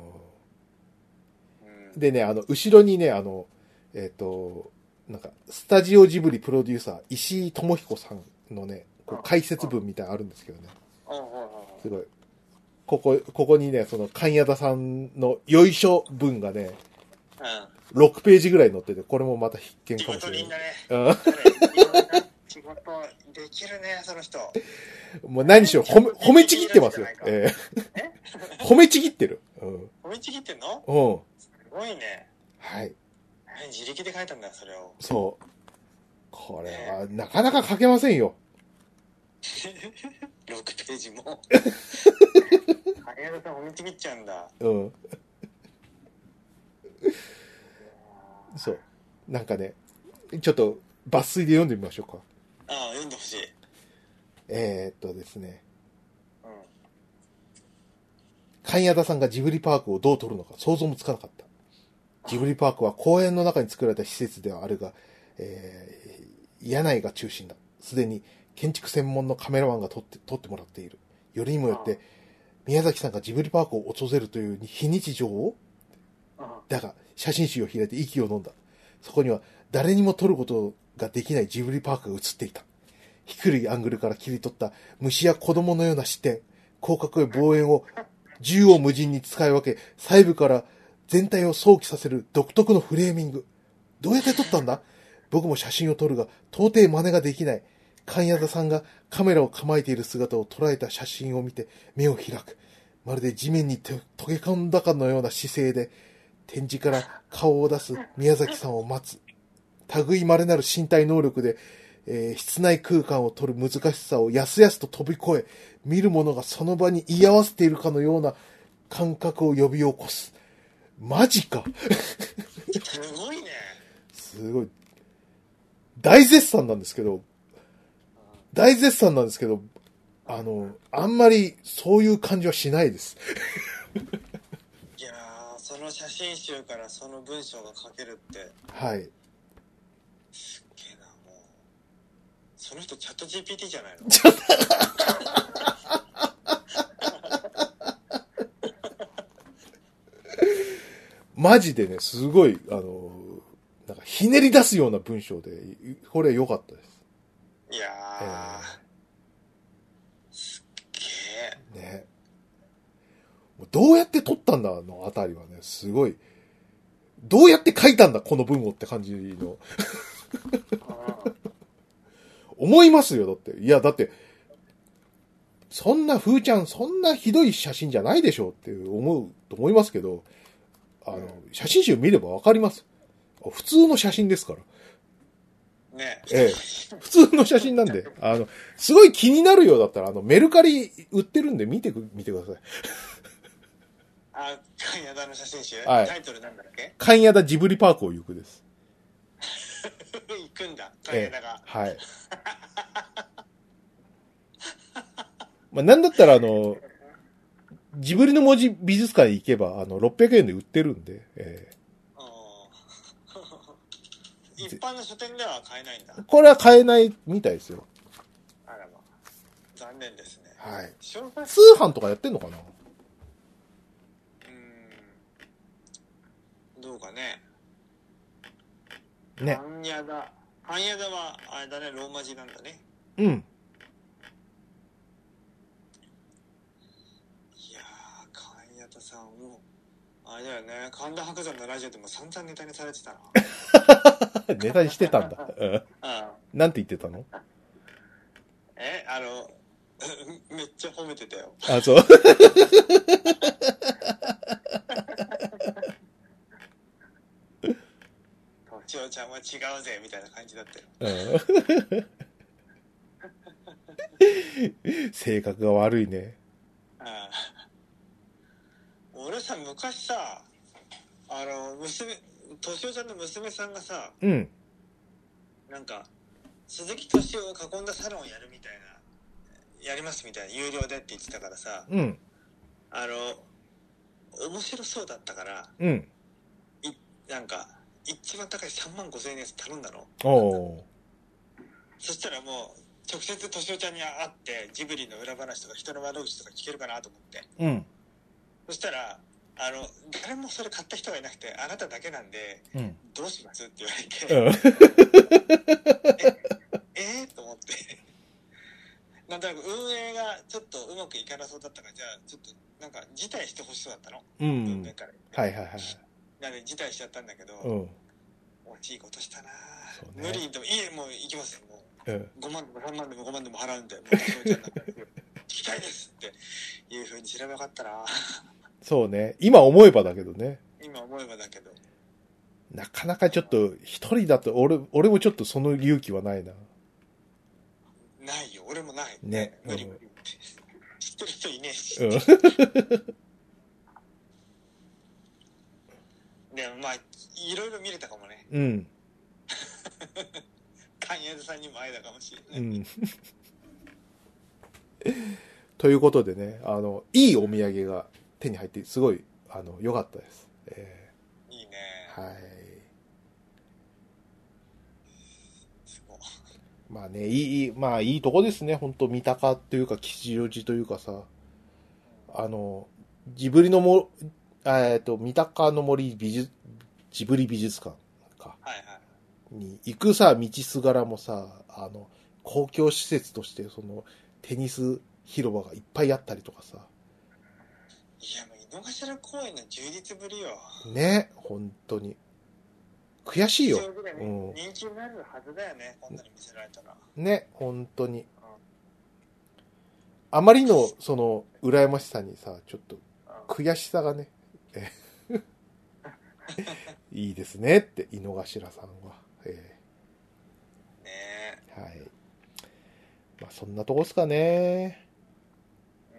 うん、でね、あの、後ろにね、あの、えっと、なんか、スタジオジブリプロデューサー、石井智彦さんのね、こう解説文みたいなのあるんですけどね。すごい。ここ、ここにね、その、関谷田さんのよいしょ文がね、うん、ろくページぐらい載ってて、これもまた必見かもしれない。仕事人だね。 仕事できるね、その人。 もう何しろ褒め、褒めちぎってますよ。えー、褒めちぎってる。うん、 褒めちぎってんの？ うん。 すごいね。 はい。 自力で書いたんだよ、それを。 そう。これは、なかなか書けませんよ。 ろくページも。羽田さん褒めちぎっちゃうんだ。 うん。そう。なんかね、ちょっと抜粋で読んでみましょうか。 ああ、読んでほしい。 えー、っとですね。うん。関谷田さんがジブリパークをどう撮るのか想像もつかなかった。ジブリパークは公園の中に作られた施設ではあるが、えー、柳井が中心だ。すでに建築専門のカメラマンが撮って、撮ってもらっている。よりにもよって、宮崎さんがジブリパークを訪れるという非日常をだが、写真集を開いて息を飲んだ。そこには誰にも撮ることができないジブリパークが映っていた。低いアングルから切り取った虫や子供のような視点、広角や望遠を縦横無尽に使い分け、細部から全体を想起させる独特のフレーミング。どうやって撮ったんだ？僕も写真を撮るが、到底真似ができない。関谷田さんがカメラを構えている姿を捉えた写真を見て目を開く。まるで地面に溶け込んだかのような姿勢で、展示から顔を出す宮崎さんを待つ。類まれなる身体能力で、えー、室内空間を撮る難しさをやすやすと飛び越え、見る者がその場に居合わせているかのような感覚を呼び起こす。マジか。 すごいね。 すごい。大絶賛なんですけど、大絶賛なんですけど、あの、あんまりそういう感じはしないです。 いやー、その写真集からその文章が書けるって。 はい。 すっげえな、もう。その人チャット ジーピーティー じゃないの？ マジでね、すごい、あの、なんかひねり出すような文章で、これ良かったです。 いやー、えー、すっげえ。ね。どうやって撮ったんだのあたりはね、すごい。どうやって書いたんだこの文をって感じの。思いますよ、だって。いや、だって、そんな、ふーちゃん、そんなひどい写真じゃないでしょって思うと思いますけど、あの、写真集見ればわかります。普通の写真ですから。 ねええ。普通の写真なんで、あの、すごい気になるようだったら、あの、メルカリ売ってるんで見てく、見てください。 あ、神谷田の写真集、 はい、 タイトルなんだっけ？ 神谷田ジブリパークを行くです。 行くんだ、神谷田が。 ええ、はい。まあ、なんだったら、あの、ジブリの文字美術館に行けば、あの、ろっぴゃくえんで売ってるんで、ええ。 一般の書店では買えないんだ。 これは買えないみたいですよ。 あらまあ、残念ですね。 はい。通通販とかやってんのかな？ うん。どうかね。 ね。 半屋田。半屋田は、あれだね、ローマ字なんだね。 うん。いやー、神谷田さんも、あれだよね、神田伯山のラジオでも散々ネタにされてたな。 ネタにしてたんだ。うん。なんて言ってたの？ え、あの、めっちゃ褒めてたよ。 あ、そう。 とちおちゃんは違うぜ、みたいな感じだったよ。 うん、性格が悪いね。 ああ、俺さ、昔さ、あの、娘、としおちゃんの娘さんがさ、 うん。なんか、鈴木敏夫を囲んだサロンやるみたいな、やりますみたいな、有料でって言ってたからさ、 うん。 あの、面白そうだったから、 うん。 い、なんか、一番高いさんまんごせんえんのやつ頼んだの。 おー。そしたらもう、直接敏夫ちゃんに会って、ジブリの裏話とか人の悪口とか聞けるかなと思って。 うん。そしたら、あの、誰もそれ買った人がいなくて、あなただけなんで、うん、どうしますって言われて、うん、え、えー、と思って。なんとなく運営がちょっとうまくいかなそうだったから、じゃあ、ちょっと、なんか、辞退してほしそうだったの。うん。運営から。はいはいはい。なんで、辞退しちゃったんだけど、うん。惜しいことしたな、ね、無理にでも、いいえ、もう行きますよ、もう。うん、ごまんでもさんまんでもごまんでも払うんで、もう、そうちゃんなんか、聞きたいですっていう風にすればよかったな。そうね。今思えばだけどね。今思えばだけど。 なかなかちょっと、一人だと、俺、俺もちょっとその勇気はないな。 ないよ、俺もない。 ね。 無理無理って。知ってる人いねえし。うん、でもまあ、いろいろ見れたかもね。うん。神谷さんにも会えたかもしれない。うん。 ということでね、あの、いいお土産が手に入って、すごい、あの、良かったです。えー、いいね。 はい。すごい。まあね、いい、まあいいとこですね、本当三鷹っていうか、吉祥寺というかさ、あの、ジブリのも、えっと、三鷹の森美術、ジブリ美術館か。はいはい。に行くさ、道すがらもさ、あの、公共施設として、その、テニス広場がいっぱいあったりとかさ。 いや、もう井の頭公園の充実ぶりよ。 ね、本当に。悔しいよ。 うん。人気になるはずだよね、こんなに見せられたら。 ね、本当に。うん、あまりの、その、羨ましさにさ、ちょっと、悔しさがね、いいですねって、井の頭さんは。えー、ねえ。はい。まあ、そんなとこですかね。うん。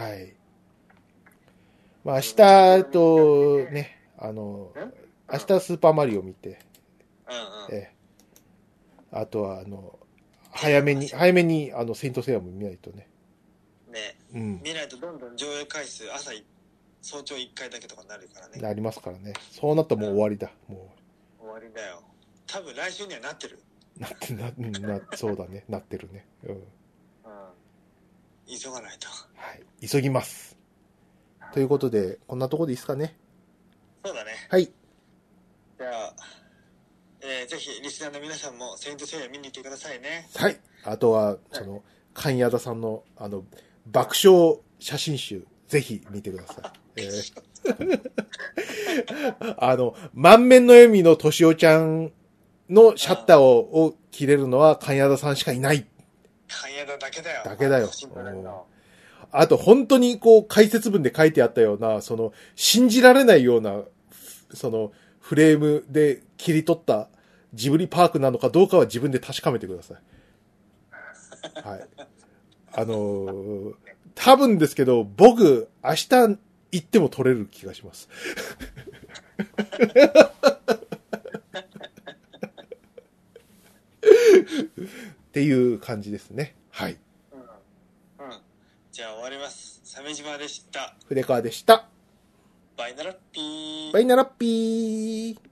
はい。まあ、明日と、ね、あの、明日スーパーマリオ見て、うんうん、えー、あとは、あの、早めに、早めに、あの、セイントセイヤも見ないとね。 ね。うん。見ないとどんどん上映回数、朝早朝いっかいだけとかなるからね。 なりますからね。そうなったらもう終わりだ。もう。終わりだよ。多分来週にはなってる。 なって、な、な、そうだね。なってるね。うん。うん。 急がないと。 はい。急ぎます。ということで、こんなところでいいですかね。 そうだね。 はい。 じゃあ、 えー、ぜひリスナーの皆さんもセイントセイヤ見に行ってくださいね。 はい。あとは、その、神谷田さんの、あの、爆笑写真集、ぜひ見てください。えー、あの、満面の笑みのとしおちゃんのシャッターを、を切れるのは神谷田さんしかいない。 神谷田だけだよ。 だけだよ。 あ, あと、本当にこう、解説文で書いてあったような、その、信じられないような、その、フレームで切り取ったジブリパークなのかどうかは自分で確かめてください。はい。あのー、多分ですけど、僕、明日行っても撮れる気がします。っていう感じですね。はい。 うん。うん。じゃあ終わります。鮫島でした。 筆川でした。 バイナラッピー。 バイナラッピー。